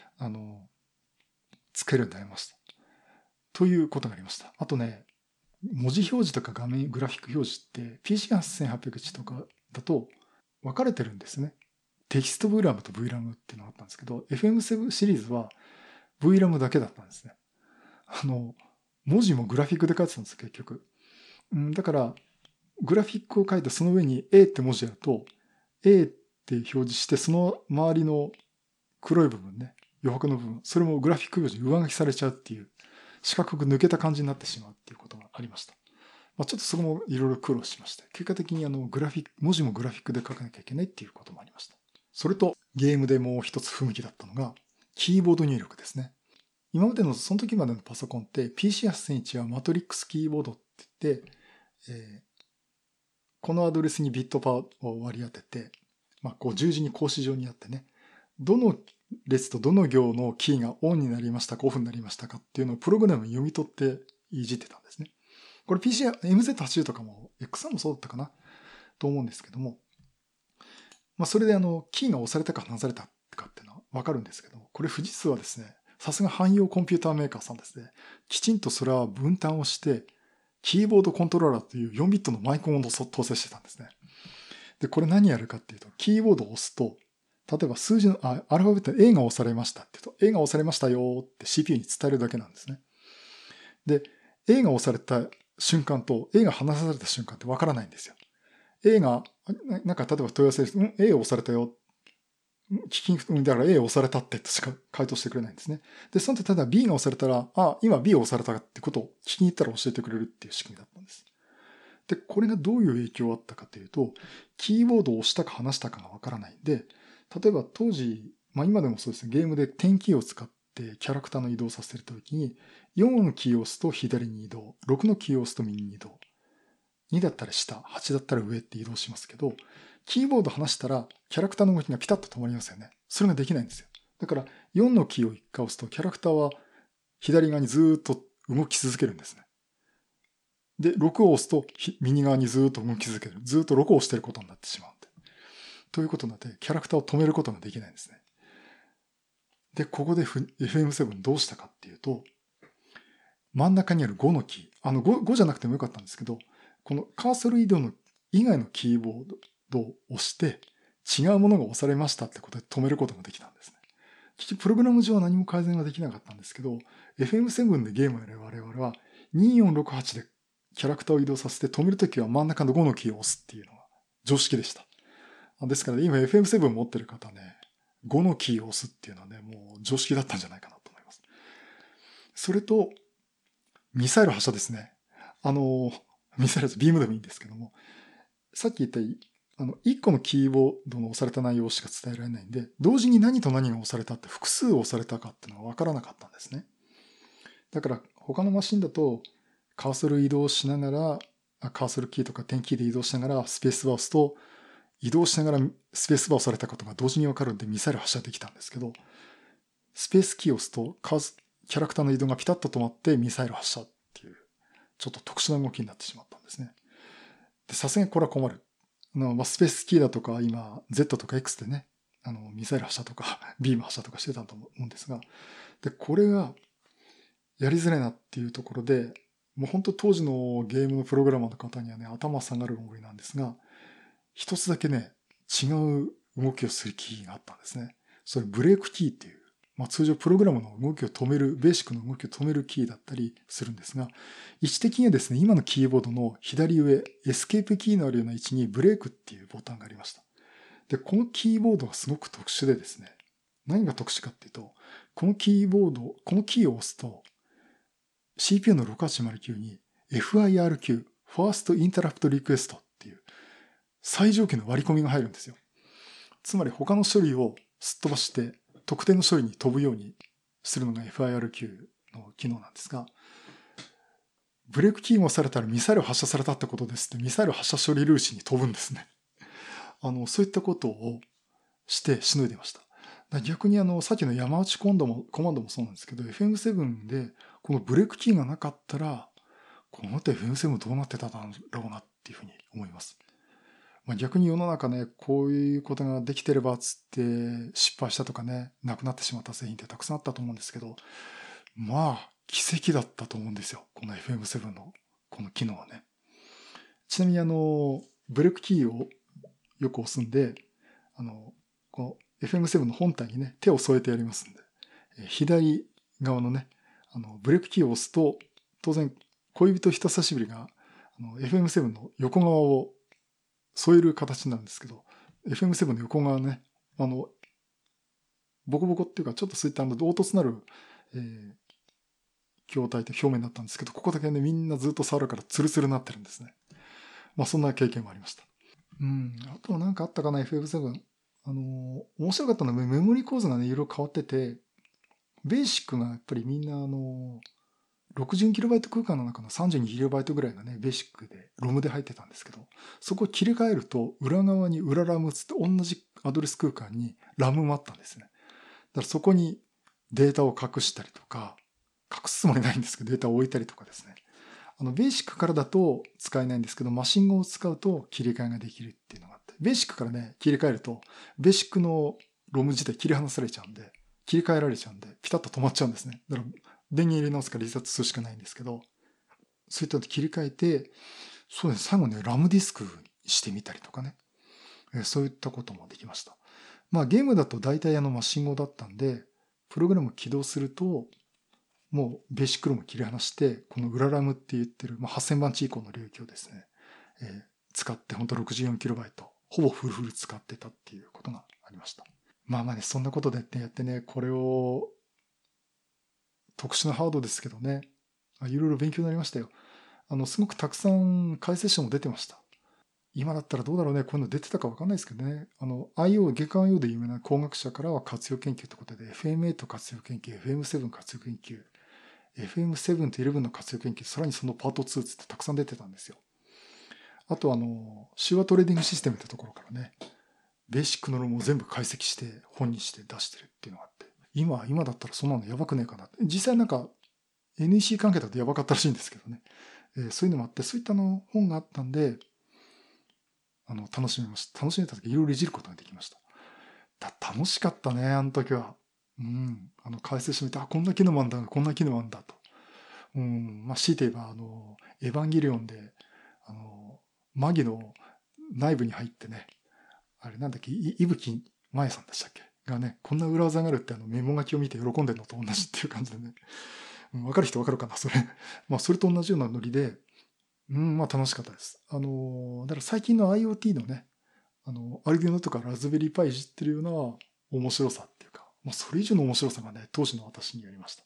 作れるようになりました。ということがありました。あとね、文字表示とか画面、グラフィック表示って PC8801 とかだと分かれてるんですね。テキスト VRAM と VRAM っていうのがあったんですけど、FM7 シリーズは VRAM だけだったんですね。文字もグラフィックで書いてたんです、結局。だから、グラフィックを書いてその上に A って文字だと、A って表示して、その周りの黒い部分ね、余白の部分、それもグラフィック表示に上書きされちゃうっていう、四角く抜けた感じになってしまうっていうことがありました。ちょっとそこもいろいろ苦労しまして、結果的に文字もグラフィックで書かなきゃいけないっていうこともありました。それとゲームでもう一つ不向きだったのが、キーボード入力ですね。今までの、その時までのパソコンって PC8001 はマトリックスキーボードって言って、このアドレスにビットパーを割り当てて、十字に格子状にあってね、どの列とどの行のキーがオンになりましたかオフになりましたかっていうのをプログラムに読み取っていじってたんですね。これ MZ80 とかも X1 もそうだったかなと思うんですけども、それでキーが押されたか離されたかっていうのはわかるんですけど、これ富士通はですね、さすが汎用コンピューターメーカーさんですね、きちんとそれは分担をして、キーボードコントローラーという4ビットのマイコンを搭載してたんですね。で、これ何やるかっていうと、キーボードを押すと、例えば数字の、アルファベット A が押されましたって言うと、A が押されましたよって CPU に伝えるだけなんですね。で、A が押された瞬間と A が離された瞬間ってわからないんですよ。A が、なんか例えば問い合わせで、A を押されたよ。だから A を押されたってしか回答してくれないんですね。で、その後、ただ B が押されたら、今 B を押されたってことを聞きに行ったら教えてくれるっていう仕組みだったんです。で、これがどういう影響があったかというと、キーボードを押したか離したかがわからないんで、例えば当時、今でもそうですね、ゲームで10キーを使ってキャラクターの移動させるときに、4のキーを押すと左に移動、6のキーを押すと右に移動、2だったら下、8だったら上って移動しますけど、キーボード離したらキャラクターの動きがピタッと止まりますよね。それができないんですよ。だから4のキーを1回押すとキャラクターは左側にずーっと動き続けるんですね。で、6を押すと右側にずーっと動き続ける。ずーっと6を押してることになってしまうんで。ということになって、キャラクターを止めることができないんですね。で、ここで FM7 どうしたかっていうと、真ん中にある5のキー。5じゃなくてもよかったんですけど、このカーソル移動の以外のキーボードを押して、違うものが押されましたってことで止めることができたんですね。結局プログラム上は何も改善はできなかったんですけど、FM7 でゲームをやる我々は2468でキャラクターを移動させて止めるときは真ん中の5のキーを押すっていうのが常識でした。ですから今 FM7 持ってる方ね、5のキーを押すっていうのはね、もう常識だったんじゃないかなと思います。それと、ミサイル発射ですね。ミサイルビームでもいいんですけども、さっき言った1個のキーボードの押された内容しか伝えられないんで、同時に何と何が押されたって複数押されたかっていうのが分からなかったんですね。だから他のマシンだとカーソル移動しながら、カーソルキーとか点キーで移動しながらスペースバーを押すと、移動しながらスペースバーを押されたことが同時に分かるんでミサイル発射できたんですけど、スペースキーを押すとキャラクターの移動がピタッと止まってミサイル発射っていう、ちょっと特殊な動きになってしまったんですね。で、さすがにこれは困る。スペースキーだとか、今、Z とか X でね、ミサイル発射とか、ビーム発射とかしてたと思うんですが、で、これが、やりづらいなっていうところで、もう本当当時のゲームのプログラマーの方にはね、頭下がる思いなんですが、一つだけね、違う動きをするキーがあったんですね。それブレイクキーっていう、通常プログラムの動きを止める、ベーシックの動きを止めるキーだったりするんですが、位置的にはですね、今のキーボードの左上、エスケープキーのあるような位置にブレイクっていうボタンがありました。で、このキーボードがすごく特殊でですね、何が特殊かっていうと、このキーを押すと、CPU の6809に FIRQ、First Interrupt Request っていう最上級の割り込みが入るんですよ。つまり他の処理をすっ飛ばして特定の処理に飛ぶようにするのが FIRQ の機能なんですが、ブレークキーが押されたらミサイル発射されたってことですってミサイル発射処理ルーシーに飛ぶんですね。そういったことをしてしのいでました。逆にさっきの山内コマンドもそうなんですけど、FM7 でこのブレークキーがなかったら、この後 FM7 どうなってただろうなっていうふうに思います。逆に世の中ね、こういうことができてればつって失敗したとかね、なくなってしまった製品ってたくさんあったと思うんですけど、奇跡だったと思うんですよ。この FM7 のこの機能はね。ちなみにブレークキーをよく押すんで、この FM7 の本体にね、手を添えてやりますんで、左側のね、ブレークキーを押すと、当然、小指と人差し指が、FM7 の横側を添える形なんですけど、FM7 の横側ね、ボコボコっていうか、ちょっとそういった凹凸なる、筐体と表面だったんですけど、ここだけね、みんなずっと触るからツルツルになってるんですね。そんな経験もありました。あとは何かあったかな、FF7。面白かったのはメモリ構図がね、いろいろ変わってて、ベーシックがやっぱりみんな62KB 空間の中の 32KB ぐらいがね、ベーシックで、ロムで入ってたんですけど、そこを切り替えると、裏側に裏ラムつって同じアドレス空間にラムもあったんですね。 からそこにデータを隠したりとか、隠すつもりないんですけど、データを置いたりとかですね。ベーシックからだと使えないんですけど、マシン語を使うと切り替えができるっていうのがあって、ベーシックからね、切り替えると、ベーシックのロム自体切り離されちゃうんで、切り替えられちゃうんで、ピタッと止まっちゃうんですね。だから、電源入れ直すからリセットするしかないんですけど、そういったの切り替えて、そうですね、最後ね、ラムディスクしてみたりとかね。そういったこともできました。まあゲームだと大体マシン語だったんで、プログラム起動すると、もうベーシックロム切り離して、この裏ラムって言ってる、まあ、8000番地以降の領域をですね、使って本当 64KB、ほぼフル使ってたっていうことがありました。まあまあね、そんなことでってやってね、これを、特殊なハードですけどね、いろいろ勉強になりましたよ。すごくたくさん解説書も出てました。今だったらどうだろうね、こういうの出てたかわかんないですけどね、IO、月間 IO で有名な工学者からは活用研究ってことで、FM8 活用研究、FM7 活用研究、FM7 と11の活用研究、さらにそのパート2つってたくさん出てたんですよ。あと手話トレーディングシステムってところからね、ベーシックのロムを全部解析して本にして出してるっていうのがあって、今だったらそんなのやばくねえかなって。実際なんか NEC 関係だとやばかったらしいんですけどね。そういうのもあって、そういった本があったんで、楽しめました。楽しめた時いろいろいじることができました。楽しかったね、あの時は。うん。解説してみて、こんな機能もあんだ、こんな機能もあんだと。うん。まあ、強いて言えば、エヴァンゲリオンで、マギの内部に入ってね、あれなんだっけ、伊吹麻也さんでしたっけがね、こんな裏技があるってメモ書きを見て喜んでるのと同じっていう感じでね。わかる人わかるかな、それ。まあ、それと同じようなノリで、まあ楽しかったです。だから最近の IoT のね、アルディノとかラズベリーパイいじってるような面白さっていうか、まあそれ以上の面白さがね、当時の私にありました。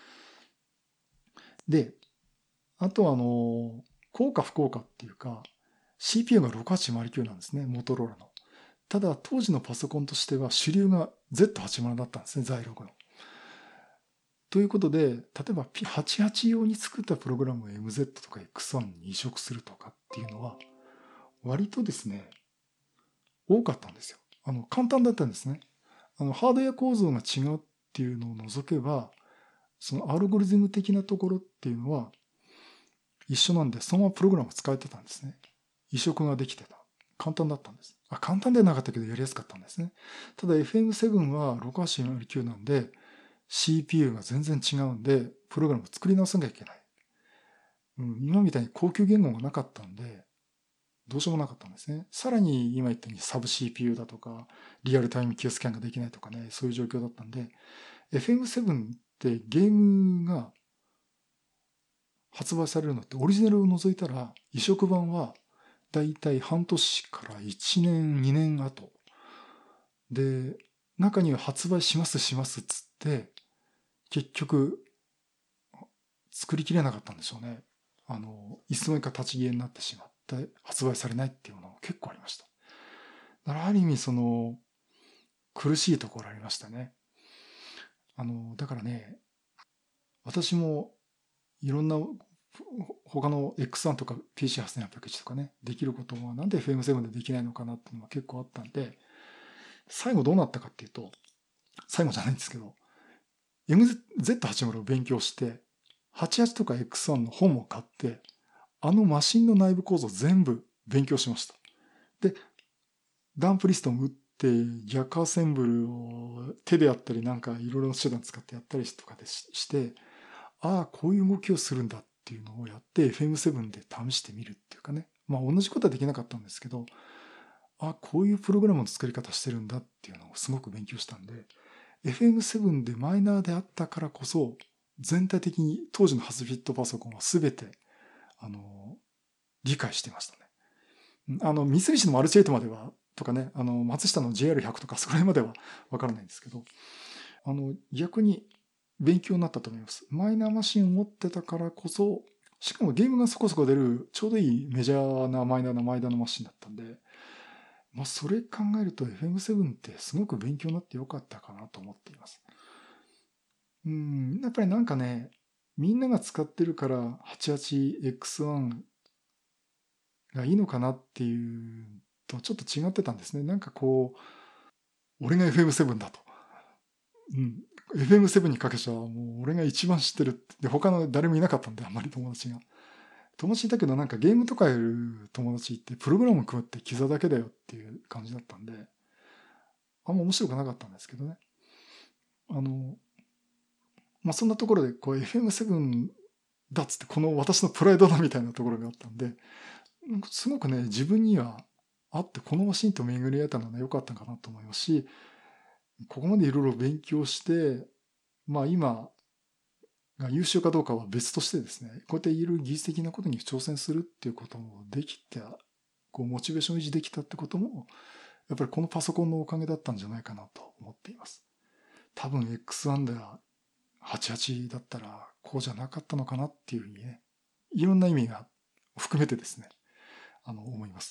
で、あと効果不効果っていうか、CPU が6809なんですね、モトローラの。ただ当時のパソコンとしては主流が Z80 だったんですね、在録の。ということで、例えば P88 用に作ったプログラムを MZ とか X1 に移植するとかっていうのは、割とですね、多かったんですよ。簡単だったんですね。ハードウェア構造が違うっていうのを除けば、そのアルゴリズム的なところっていうのは一緒なんで、そのままプログラムを使えてたんですね。移植ができてた。簡単だったんです。簡単ではなかったけどやりやすかったんですね。ただ FM7 は6809なんで、CPU が全然違うんで、プログラムを作り直さなきゃいけない。今みたいに高級言語がなかったんで、どうしようもなかったんですね。さらに今言ったようにサブ CPU だとか、リアルタイム Q スキャンができないとかね、そういう状況だったんで、FM7 ってゲームが発売されるのってオリジナルを除いたら移植版はだいたい半年から1年、2年後。で、中には発売しますしますっつって、結局作りきれなかったんでしょうね。いつの間にか立ち消えになってしまって発売されないっていうのが結構ありました。だからある意味苦しいところありましたね。だからね、私もいろんな他の X1 とか PC8801 とかね、できることはなんで FM7 でできないのかなっていうのが結構あったんで、最後どうなったかっていうと、最後じゃないんですけど、MZ80 を勉強して、88とか X1 の本も買って、マシンの内部構造全部勉強しました。で、ダンプリストも打って、逆アセンブルを手でやったりなんかいろいろな手段使ってやったりとかでして、こういう動きをするんだっていうのをやって FM7 で試してみるっていうかね。まあ同じことはできなかったんですけど、こういうプログラムの作り方してるんだっていうのをすごく勉強したんで、FM7 でマイナーであったからこそ、全体的に当時のハスフィットパソコンは全て、理解してましたね。三菱のマルチエイトまでは、とかね、松下の JR100 とかそこら辺まではわからないんですけど、逆に勉強になったと思います。マイナーマシンを持ってたからこそ、しかもゲームがそこそこ出るちょうどいいメジャーなマイナーなマシンだったんで、まあそれ考えると FM7 ってすごく勉強になってよかったかなと思っています。やっぱりなんかね、みんなが使ってるから 88X1 がいいのかなっていうとちょっと違ってたんですね。なんかこう、俺が FM7 だと。 FM7 にかけちゃもう俺が一番知ってるって。で、他の誰もいなかったんで、あんまり友達が。友達いたけどなんかゲームとかやる友達ってプログラム組むってキザだけだよっていう感じだったんで、あんま面白くなかったんですけどね。そんなところでこう FM7 だっつってこの私のプライドだみたいなところがあったんで、すごくね、自分にはあってこのマシンと巡り合えたのは良かったかなと思いますし、ここまでいろいろ勉強して、今が優秀かどうかは別としてですね、こうやっていろいろ技術的なことに挑戦するっていうこともできて、こうモチベーション維持できたってことも、やっぱりこのパソコンのおかげだったんじゃないかなと思っています。多分 X1 では88だったらこうじゃなかったのかなっていうふうにね、いろんな意味が含めてですね、思います。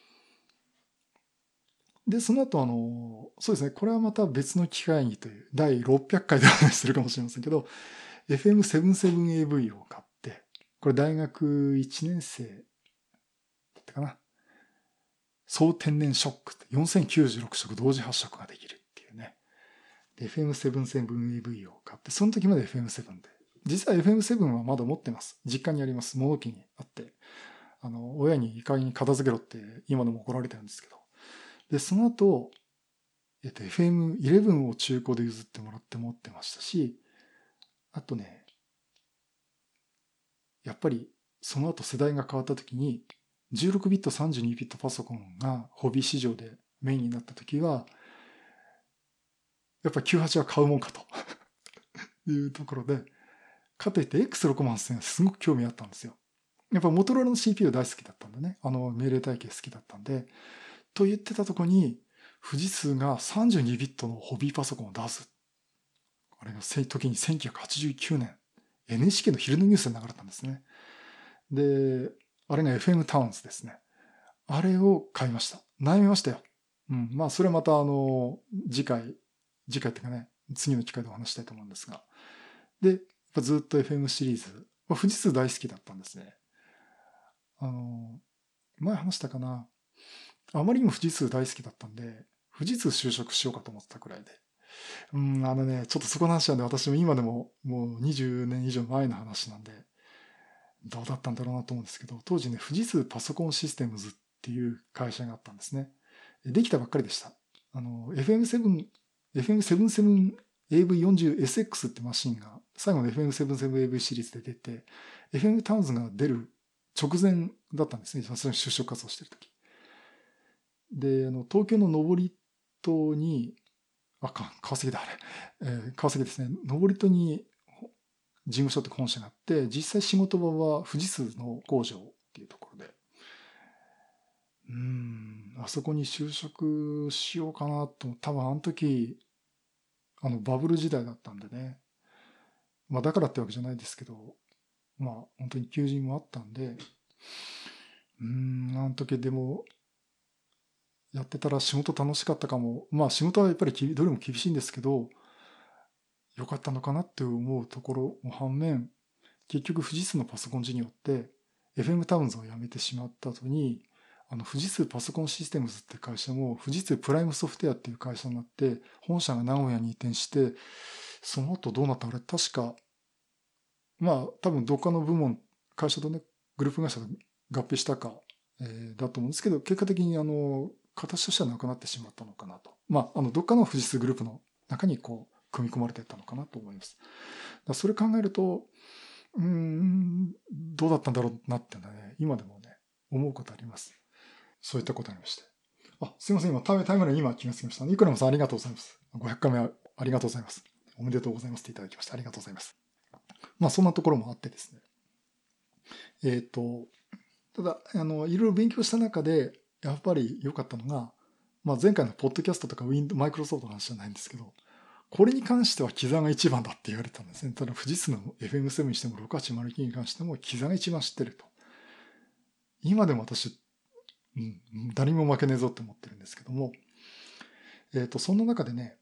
で、その後そうですね、これはまた別の機会にという第600回でお話しするかもしれませんけど、FM77AV を買って、これ大学1年生だったかな。総天然ショックって4096色同時発色ができるっていうね。FM77AV を買って、その時まで FM7 で。実は FM7 はまだ持ってます。実家にあります。物置にあって。親に怒りに片付けろって今でも怒られてるんですけど。で、その後、FM11 を中古で譲ってもらって持ってましたし、あとね、やっぱりその後世代が変わった時に、16ビット32ビットパソコンがホビー市場でメインになった時は、やっぱ98は買うもんかというところで、かといって X68000 はすごく興味あったんですよ。やっぱモトローラの CPU 大好きだったんでね、命令体系好きだったんで、と言ってたとこに、富士通が32ビットのホビーパソコンを出す。あれが時に1989年、NHK の昼のニュースで流れたんですね。で、あれが FM タウンズですね。あれを買いました。悩みましたよ。それはまた次回っていうかね、次の機会でお話したいと思うんですが。で、ずっと FM シリーズ、富士通大好きだったんですね。前話したかな。あまりにも富士通大好きだったんで、富士通就職しようかと思ってたくらいで。ちょっとそこの話なんで、私も今でももう20年以上前の話なんで、どうだったんだろうなと思うんですけど、当時ね、富士通パソコンシステムズっていう会社があったんですね。できたばっかりでした。FM77AV40SX ってマシンが、最後の FM77AV シリーズで出て、FM タウンズが出る直前だったんですね。その就職活動してるとき。で、東京の登戸に、川崎だ、あれ。川崎ですね。登戸に事務所って本社があって、実際仕事場は富士通の工場っていうところで、あそこに就職しようかなと、多分あの時、バブル時代だったんでね。だからってわけじゃないですけど、本当に求人もあったんで、あの時でも、やってたら仕事楽しかったかも。仕事はやっぱりどれも厳しいんですけど、良かったのかなって思うところも反面、結局富士通のパソコン事業って FM タウンズを辞めてしまった後に、富士通パソコンシステムズって会社も富士通プライムソフトウェアっていう会社になって、本社が名古屋に移転して、その後どうなったあれ確か、多分どっかの部門、会社とね、グループ会社と合併したか、だと思うんですけど、結果的に形としてはなくなってしまったのかなと。どっかの富士通グループの中に組み込まれていったのかなと思います。それ考えると、どうだったんだろうなってね、今でもね、思うことあります。そういったことありまして。すいません。タイムライン今気がつきました。イクラムさんありがとうございます。500回目ありがとうございます。おめでとうございますっていただきました。ありがとうございます。そんなところもあってですね。ただ、いろいろ勉強した中で、やっぱり良かったのが、前回のポッドキャストとかマイクロソフトの話じゃないんですけど、これに関してはキザが一番だって言われたんですね。ただ富士通の FM7 にしても6809に関してもキザが一番知ってると。今でも私、誰にも負けねえぞって思ってるんですけども、そんな中でね、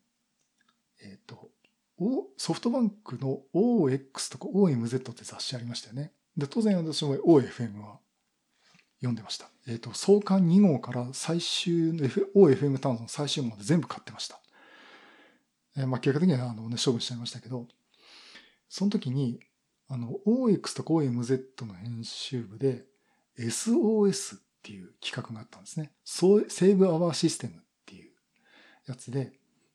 ソフトバンクの OX とか OMZ って雑誌ありましたよね。で、当然私も OFM は読んでました。創刊2号から最終の OFM タウンの最終号まで全部買ってました。 結果的には処分しちゃいましたけど、その時に、OX とか OMZ の編集部で SOS っていう企画があったんですね。Save Our System っていうやつで、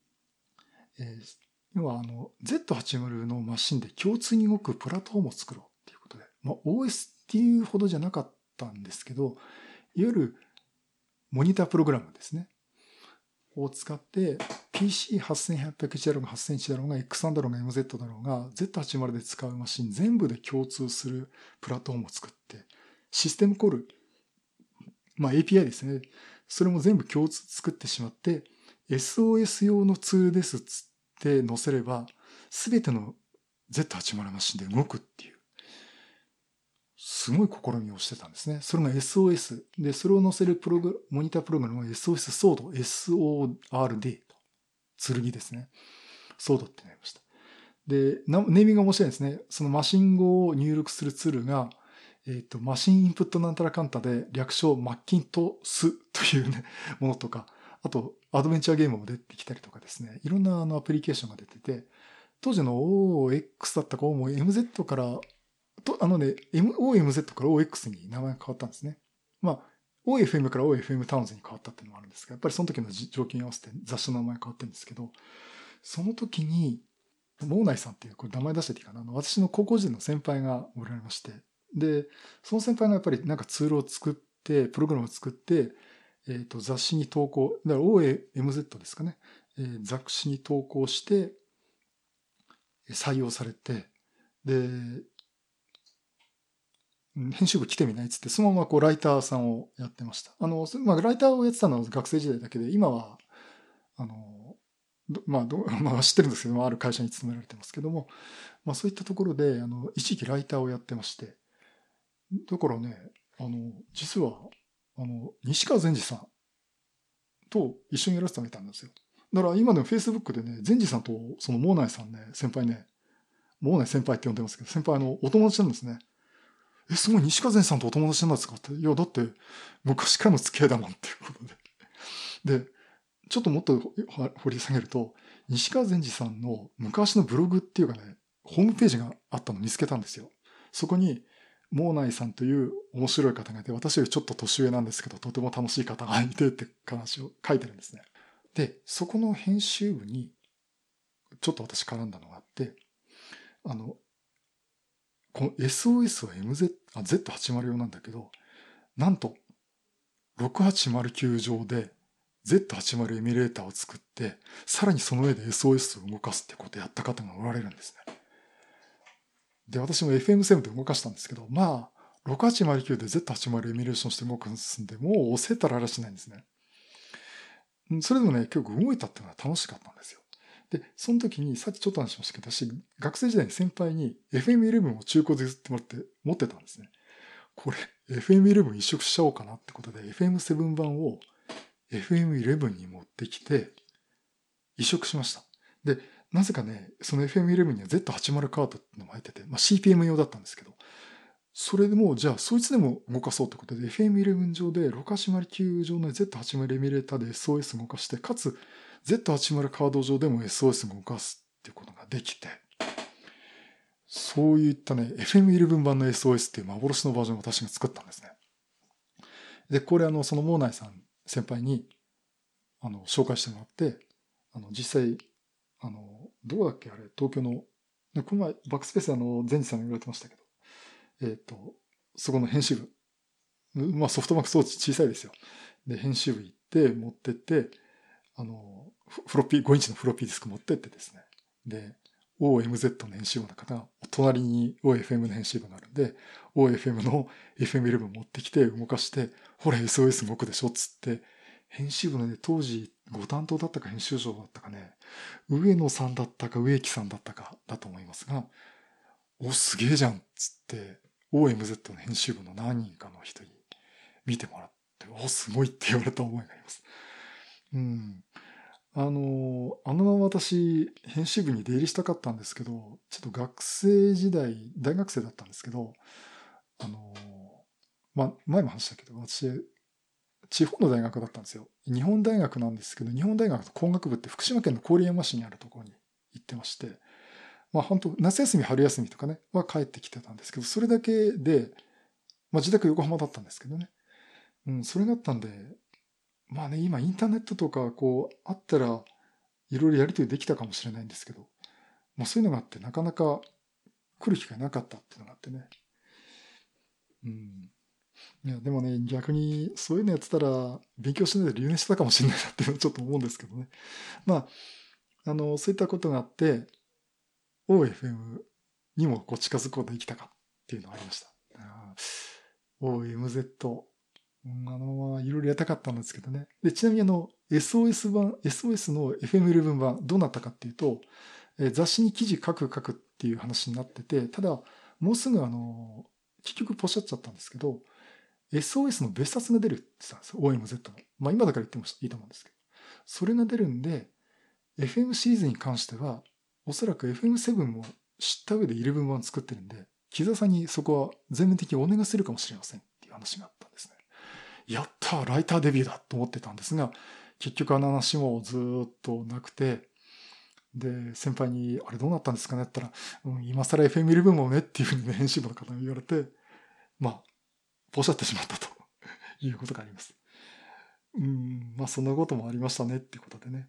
要はZ80 のマシンで共通に動くプラットフォームを作ろうっていうことで、OS っていうほどじゃなかったんですけど、いわゆるモニタープログラムですね。を使って PC8801 だろうが8001だろうが X3 だろうが MZ だろうが Z80 で使うマシン全部で共通するプラットフォームを作ってシステムコール、API ですね。それも全部共通作ってしまって SOS 用のツールですっつって載せれば全ての Z80 マシンで動くっていうすごい試みをしてたんですね。それが SOS。で、それを載せるモニタープログラムは SOS ソード、SORD と。剣ですね。ソードってなりました。で、ネーミングが面白いですね。そのマシン語を入力するツールが、マシンインプットなんたらかんたで略称マッキントスというね、ものとか、あと、アドベンチャーゲームも出てきたりとかですね、いろんなアプリケーションが出てて、当時の OX だったか MZ からOMZ から OX に名前が変わったんですね。OFM から OFM タウンズに変わったっていうのもあるんですが、やっぱりその時の状況に合わせて雑誌の名前変わってるんですけど、その時に、モーナイさんっていう、これ名前出してていいかな、私の高校時代の先輩がおられまして、で、その先輩がやっぱりなんかツールを作って、プログラムを作って、雑誌に投稿、だから OMZ ですかね、雑誌に投稿して、採用されて、で、編集部来てみないっつって、そのままライターさんをやってました。ライターをやってたのは学生時代だけで、今は、知ってるんですけども、ある会社に勤められてますけども、そういったところで、一時期ライターをやってまして、だからね、実は、西川善治さんと一緒にやらせてみたんですよ。だから今でも Facebook でね、善治さんとそのモーナイさんね、先輩ね、モーナイ先輩って呼んでますけど、先輩お友達なんですね。すごい西川善治さんとお友達なんですかって。いや、だって昔からの付き合いだもんっていうことで。で、ちょっともっと掘り下げると、西川善治さんの昔のブログっていうかね、ホームページがあったのを見つけたんですよ。そこに、モーナイさんという面白い方がいて、私よりちょっと年上なんですけど、とても楽しい方がいてって話を書いてるんですね。で、そこの編集部に、ちょっと私絡んだのがあって、この SOS は Z80 用なんだけど、なんと、6809上で Z80 エミュレーターを作って、さらにその上で SOS を動かすってことをやった方がおられるんですね。で、私も FM7 で動かしたんですけど、6809で Z80 エミュレーションして動くんで、もう押せたらあらしないんですね。それでもね、結構動いたっていうのは楽しかったんですよ。で、その時に、さっきちょっと話しましたけど、私、学生時代に先輩に FM11 を中古で譲ってもらって持ってたんですね。これ、FM11 移植しちゃおうかなってことで、FM7 版を FM11 に持ってきて、移植しました。で、なぜかね、その FM11 には Z80 カードってのも入ってて、CPM 用だったんですけど、それでもう、じゃあ、そいつでも動かそうってことで、FM11 上で、6809上の Z80 エミュレーターで SOS 動かして、かつ、Z80 カード上でも SOS 動かすっていうことができて、そういったね、FM11 版の SOS っていう幻のバージョンを私が作ったんですね。で、これそのモーナイさん先輩に、紹介してもらって、実際、どこだっけあれ、東京の、この前、バックスペース前治さんが言われてましたけど、そこの編集部、ソフトバンク装置小さいですよ。で、編集部行って、持ってって、フロッピー、5インチのフロッピーディスク持ってってですね。で、OMZ の編集部の方が、隣に OFM の編集部があるんで、OFM の FM11 持ってきて動かして、ほら SOS 動くでしょっつって、編集部のね、当時ご担当だったか編集長だったかね、上野さんだったか植木さんだったかだと思いますが、すげえじゃんっつって、OMZ の編集部の何人かの人に見てもらって、すごいって言われた覚えがあります。うん。まま私、編集部に出入りしたかったんですけど、ちょっと学生時代、大学生だったんですけど、前も話したけど、私、 地方の大学だったんですよ。日本大学なんですけど、日本大学の工学部って福島県の郡山市にあるところに行ってまして、まあ本当夏休み、春休みとかね、は帰ってきてたんですけど、それだけで、まあ自宅横浜だったんですけどね。それだったんで、まあね、今インターネットとかこうあったらいろいろやり取りできたかもしれないんですけど、まあそういうのがあってなかなか来る機会なかったっていうのがあってね。いや、でもね、逆にそういうのやってたら勉強しないで留年してたかもしれないなっていうのはちょっと思うんですけどね。まあ、そういったことがあって、OFM にもこう近づくことができたかっていうのがありました。OMZ。いろいろやりたかったんですけどね。で、ちなみにSOS の FM11 版どうなったかっていうと、雑誌に記事書くっていう話になってて、ただ、もうすぐ結局ポシャっちゃったんですけど、SOS の別冊が出るって言ったんですよ。OMZ の。まあ今だから言ってもいいと思うんですけど。それが出るんで、FM シリーズに関しては、おそらく FM7 も知った上で11版作ってるんで、木澤さんにそこは全面的にお願いするかもしれませんっていう話があったんですね。やったー、ライターデビューだと思ってたんですが、結局あの話もずっとなくて、で、先輩に、あれどうなったんですかねって言ったら、今更 FM11 もねっていうふうにね、編集部の方に言われて、まあ、ポシャってしまったということがあります。まあそんなこともありましたねっていうことでね。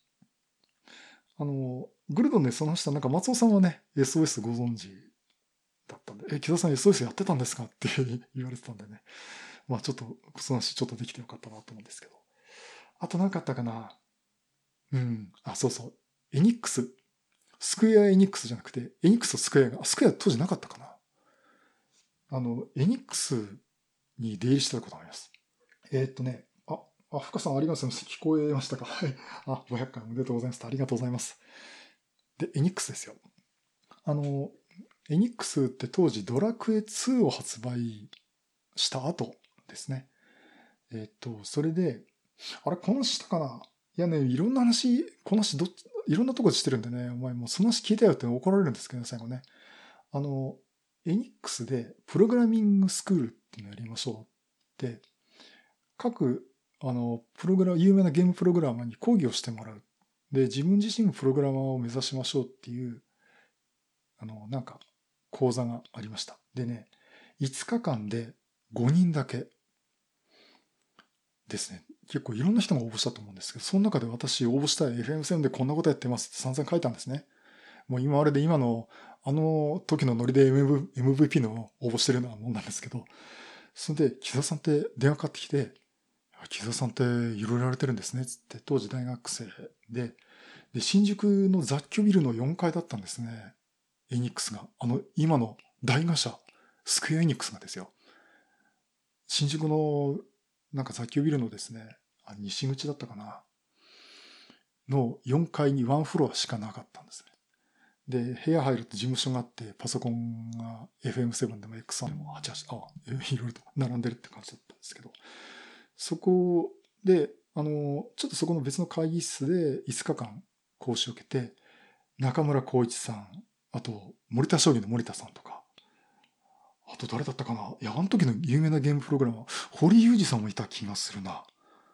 グルドンでその話したなんか松尾さんはね、SOS ご存知だったんで、木田さん SOS やってたんですかって言われてたんでね。まあちょっと、その話ちょっとできてよかったなと思うんですけど。あと何かあったかな。そうそう。エニックス。スクエアエニックスじゃなくて、エニックスとスクエアが、スクエア当時なかったかな。エニックスに出入りしてたことがあります。深さんありがとうございます。聞こえましたか？はい。500回おめでとうございます。ありがとうございます。で、エニックスですよ。エニックスって当時ドラクエ2を発売した後ですね。それで、あれ、この話したかな？いやね、いろんな話、この話いろんなとこでしてるんでね、お前もうその話聞いたよって怒られるんですけどね、最後ね。エニックスでプログラミングスクールっていうのをやりましょうって、各、有名なゲームプログラマーに講義をしてもらう。で、自分自身もプログラマーを目指しましょうっていう、なんか、講座がありました。でね、5日間で5人だけですね。結構いろんな人が応募したと思うんですけど、その中で私応募したい FM7 でこんなことやってますって散々書いたんですね。もう今あれで今のあの時のノリで MVP の応募してるようなもんなんですけど、それで木澤さんって電話かかってきて、木澤さんっていろいろやられてるんですねつって、当時大学生で、新宿の雑居ビルの4階だったんですね。エニックスが。今の大会社、スクエアエニックスがですよ。新宿のなんか雑居ビルのですね、西口だったかなの4階にワンフロアしかなかったんですね。で、部屋入ると事務所があって、パソコンが FM7 でも X1 でも88、いろいろと並んでるって感じだったんですけど、そこで、ちょっとそこの別の会議室で5日間講師を受けて、中村光一さん、あと、森田将棋の森田さんとか、あと誰だったかな？いや、あの時の有名なゲームプログラマー、堀裕二さんもいた気がするな。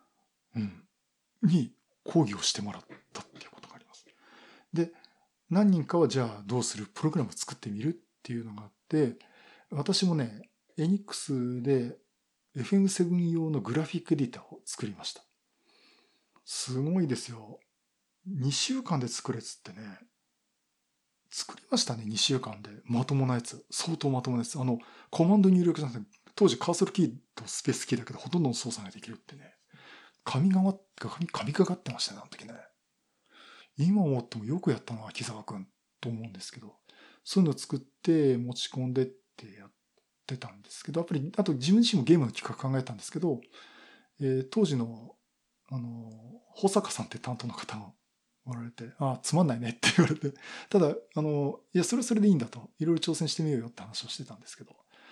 に講義をしてもらったっていうことがあります。で、何人かはじゃあどうする？プログラムを作ってみるっていうのがあって、私もね、エニックスで FM7 用のグラフィックエディターを作りました。すごいですよ。2週間で作れっつってね、作りましたね、2週間で。まともなやつ。相当まともなやつ。コマンド入力じゃなくて、当時カーソルキーとスペースキーだけど、ほとんどの操作ができるってね。神がかってましたね、あの時ね。今思ってもよくやったな、木沢くん、と思うんですけど。そういうのを作って持ち込んでってやってたんですけど、あと自分自身もゲームの企画考えたんですけど、当時の、保坂さんって担当の方がおられて、つまんないねって言われて、ただ、いや、それはそれでいいんだと、いろいろ挑戦してみようよって話をしてたんですけど、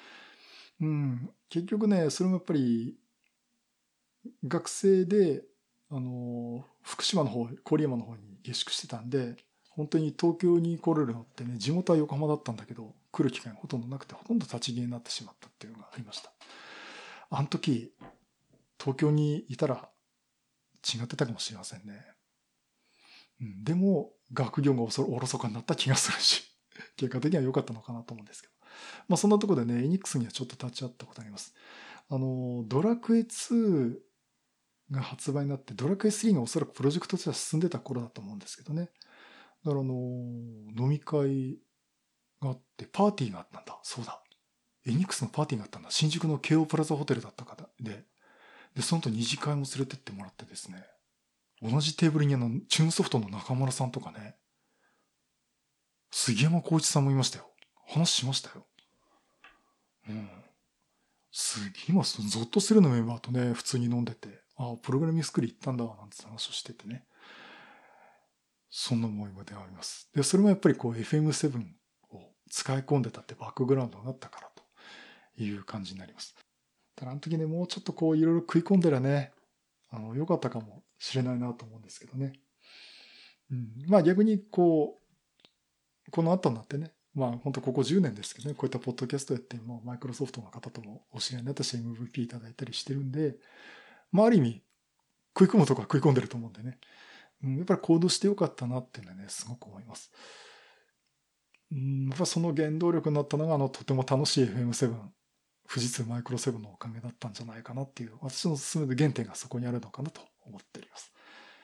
結局ね、それもやっぱり、学生で、福島の方、郡山の方に下宿してたんで、本当に東京に来れるのってね、地元は横浜だったんだけど、来る機会がほとんどなくて、ほとんど立ち消えになってしまったっていうのがありました。あの時、 東京にいたら違ってたかもしれませんね。でも、学業がおろそかになった気がするし、結果的には良かったのかなと思うんですけど。そんなところでね、エニックスにはちょっと立ち会ったことあります。ドラクエ2が発売になって、ドラクエ3がおそらくプロジェクトとしては進んでた頃だと思うんですけどね。だから飲み会があって、パーティーがあったんだ。そうだ。エニックスのパーティーがあったんだ。新宿の京王プラザホテルだった方で、その後二次会も連れてってもらってですね、同じテーブルにチューンソフトの中村さんとかね、杉山浩一さんもいましたよ。話しましたよ。今、ゾッとするのメンバーとね、普通に飲んでて、プログラミングスクール行ったんだ、なんて話をしててね。そんな思いまであります。で、それもやっぱりFM7 を使い込んでたってバックグラウンドになったからという感じになります。ただあの時ね、もうちょっといろいろ食い込んでらね、良かったかもしれないなと思うんですけどね。逆にこの後になってね、本当ここ10年ですけどね、こういったポッドキャストやっても、マイクロソフトの方ともお知り合いになったし、MVP いただいたりしてるんで、ある意味、食い込むとこは食い込んでると思うんでね。やっぱり行動してよかったなっていうのはね、すごく思います。やっぱその原動力になったのが、とても楽しい FM7、富士通マイクロ7のおかげだったんじゃないかなっていう、私の進める原点がそこにあるのかなと思っております。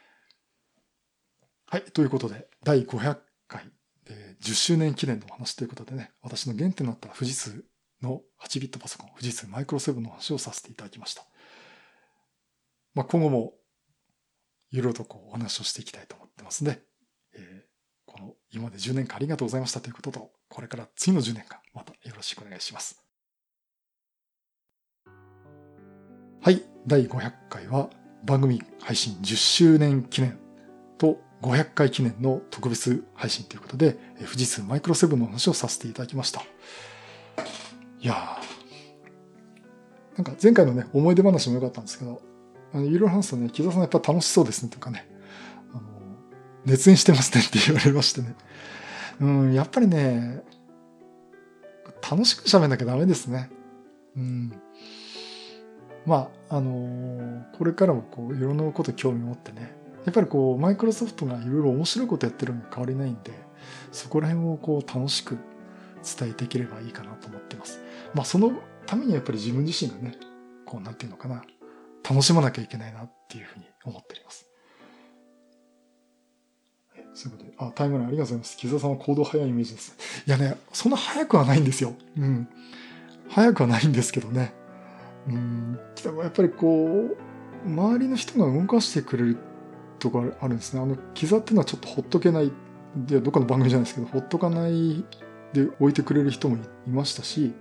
はい、ということで、第500回。10周年記念の話ということでね、私の原点になった富士通の8ビットパソコン、富士通マイクロ7の話をさせていただきました。今後もいろいろとお話をしていきたいと思ってますので、この今まで10年間ありがとうございましたということと、これから次の10年間またよろしくお願いします。はい、第500回は番組配信10周年記念と500回記念の特別配信ということで、富士通マイクロ7の話をさせていただきました。いやー、なんか前回のね、思い出話も良かったんですけど、いろいろ話すとね、木澤さんやっぱ楽しそうですねとかね、熱演してますねって言われましてね。やっぱりね、楽しく喋んなきゃダメですね。これからもいろんなこと興味を持ってね、やっぱりマイクロソフトがいろいろ面白いことやってるのに変わりないんで、そこら辺を楽しく伝えていければいいかなと思ってます。そのためにやっぱり自分自身がね、なんていうのかな、楽しまなきゃいけないなっていうふうに思っております。そういうことで、タイムラインありがとうございます。木澤さんは行動早いイメージです。いやね、そんな早くはないんですよ。早くはないんですけどね。やっぱり周りの人が動かしてくれるところあるんですね。木澤っていうのはちょっとほっとけない、どっかの番組じゃないですけど、ほっとかないで置いてくれる人もいましたし、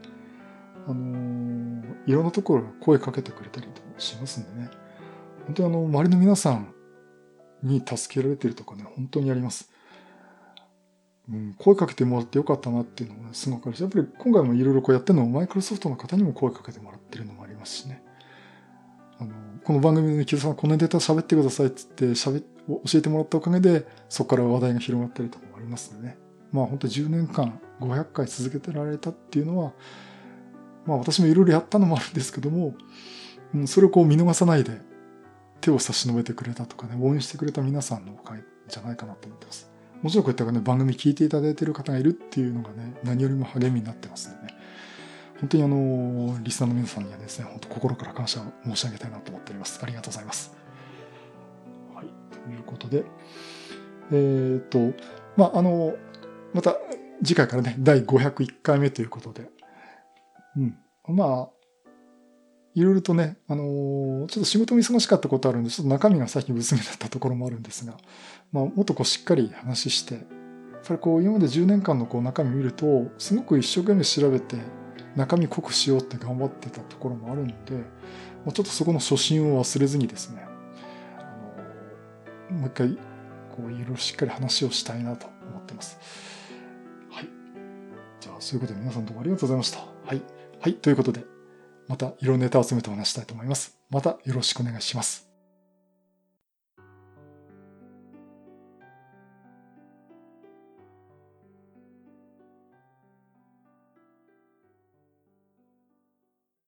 いろんなところ声かけてくれたりとかしますんでね。本当に周りの皆さんに助けられてるとかね、本当にあります。声かけてもらってよかったなっていうのもね、すごくあるし、やっぱり今回もいろいろやってるのもマイクロソフトの方にも声かけてもらってるのもありますしね。この番組で木澤さんこのデータ喋ってくださいって言って教えてもらったおかげで、そこから話題が広がったりとかもありますのでね。本当10年間500回続けてられたっていうのは、私もいろいろやったのもあるんですけども、それを見逃さないで手を差し伸べてくれたとかね、応援してくれた皆さんのおかげじゃないかなと思ってます。もちろんこういったね、番組聞いていただいている方がいるっていうのがね、何よりも励みになってますのでね。本当にリスナーの皆さんにはですね、本当心から感謝を申し上げたいなと思っております。ありがとうございます。はい。ということで、また次回からね、第501回目ということで、いろいろとね、ちょっと仕事も忙しかったことあるんで、ちょっと中身が最近薄めだったところもあるんですが、もっとしっかり話して、やっぱり今まで10年間の中身見ると、すごく一生懸命調べて、中身濃くしようって頑張ってたところもあるんで、ちょっとそこの初心を忘れずにですね、もう一回、いろいろしっかり話をしたいなと思ってます。はい。じゃあ、そういうことで皆さんどうもありがとうございました。はい。はい。ということで、またいろいろネタを集めてお話したいと思います。またよろしくお願いします。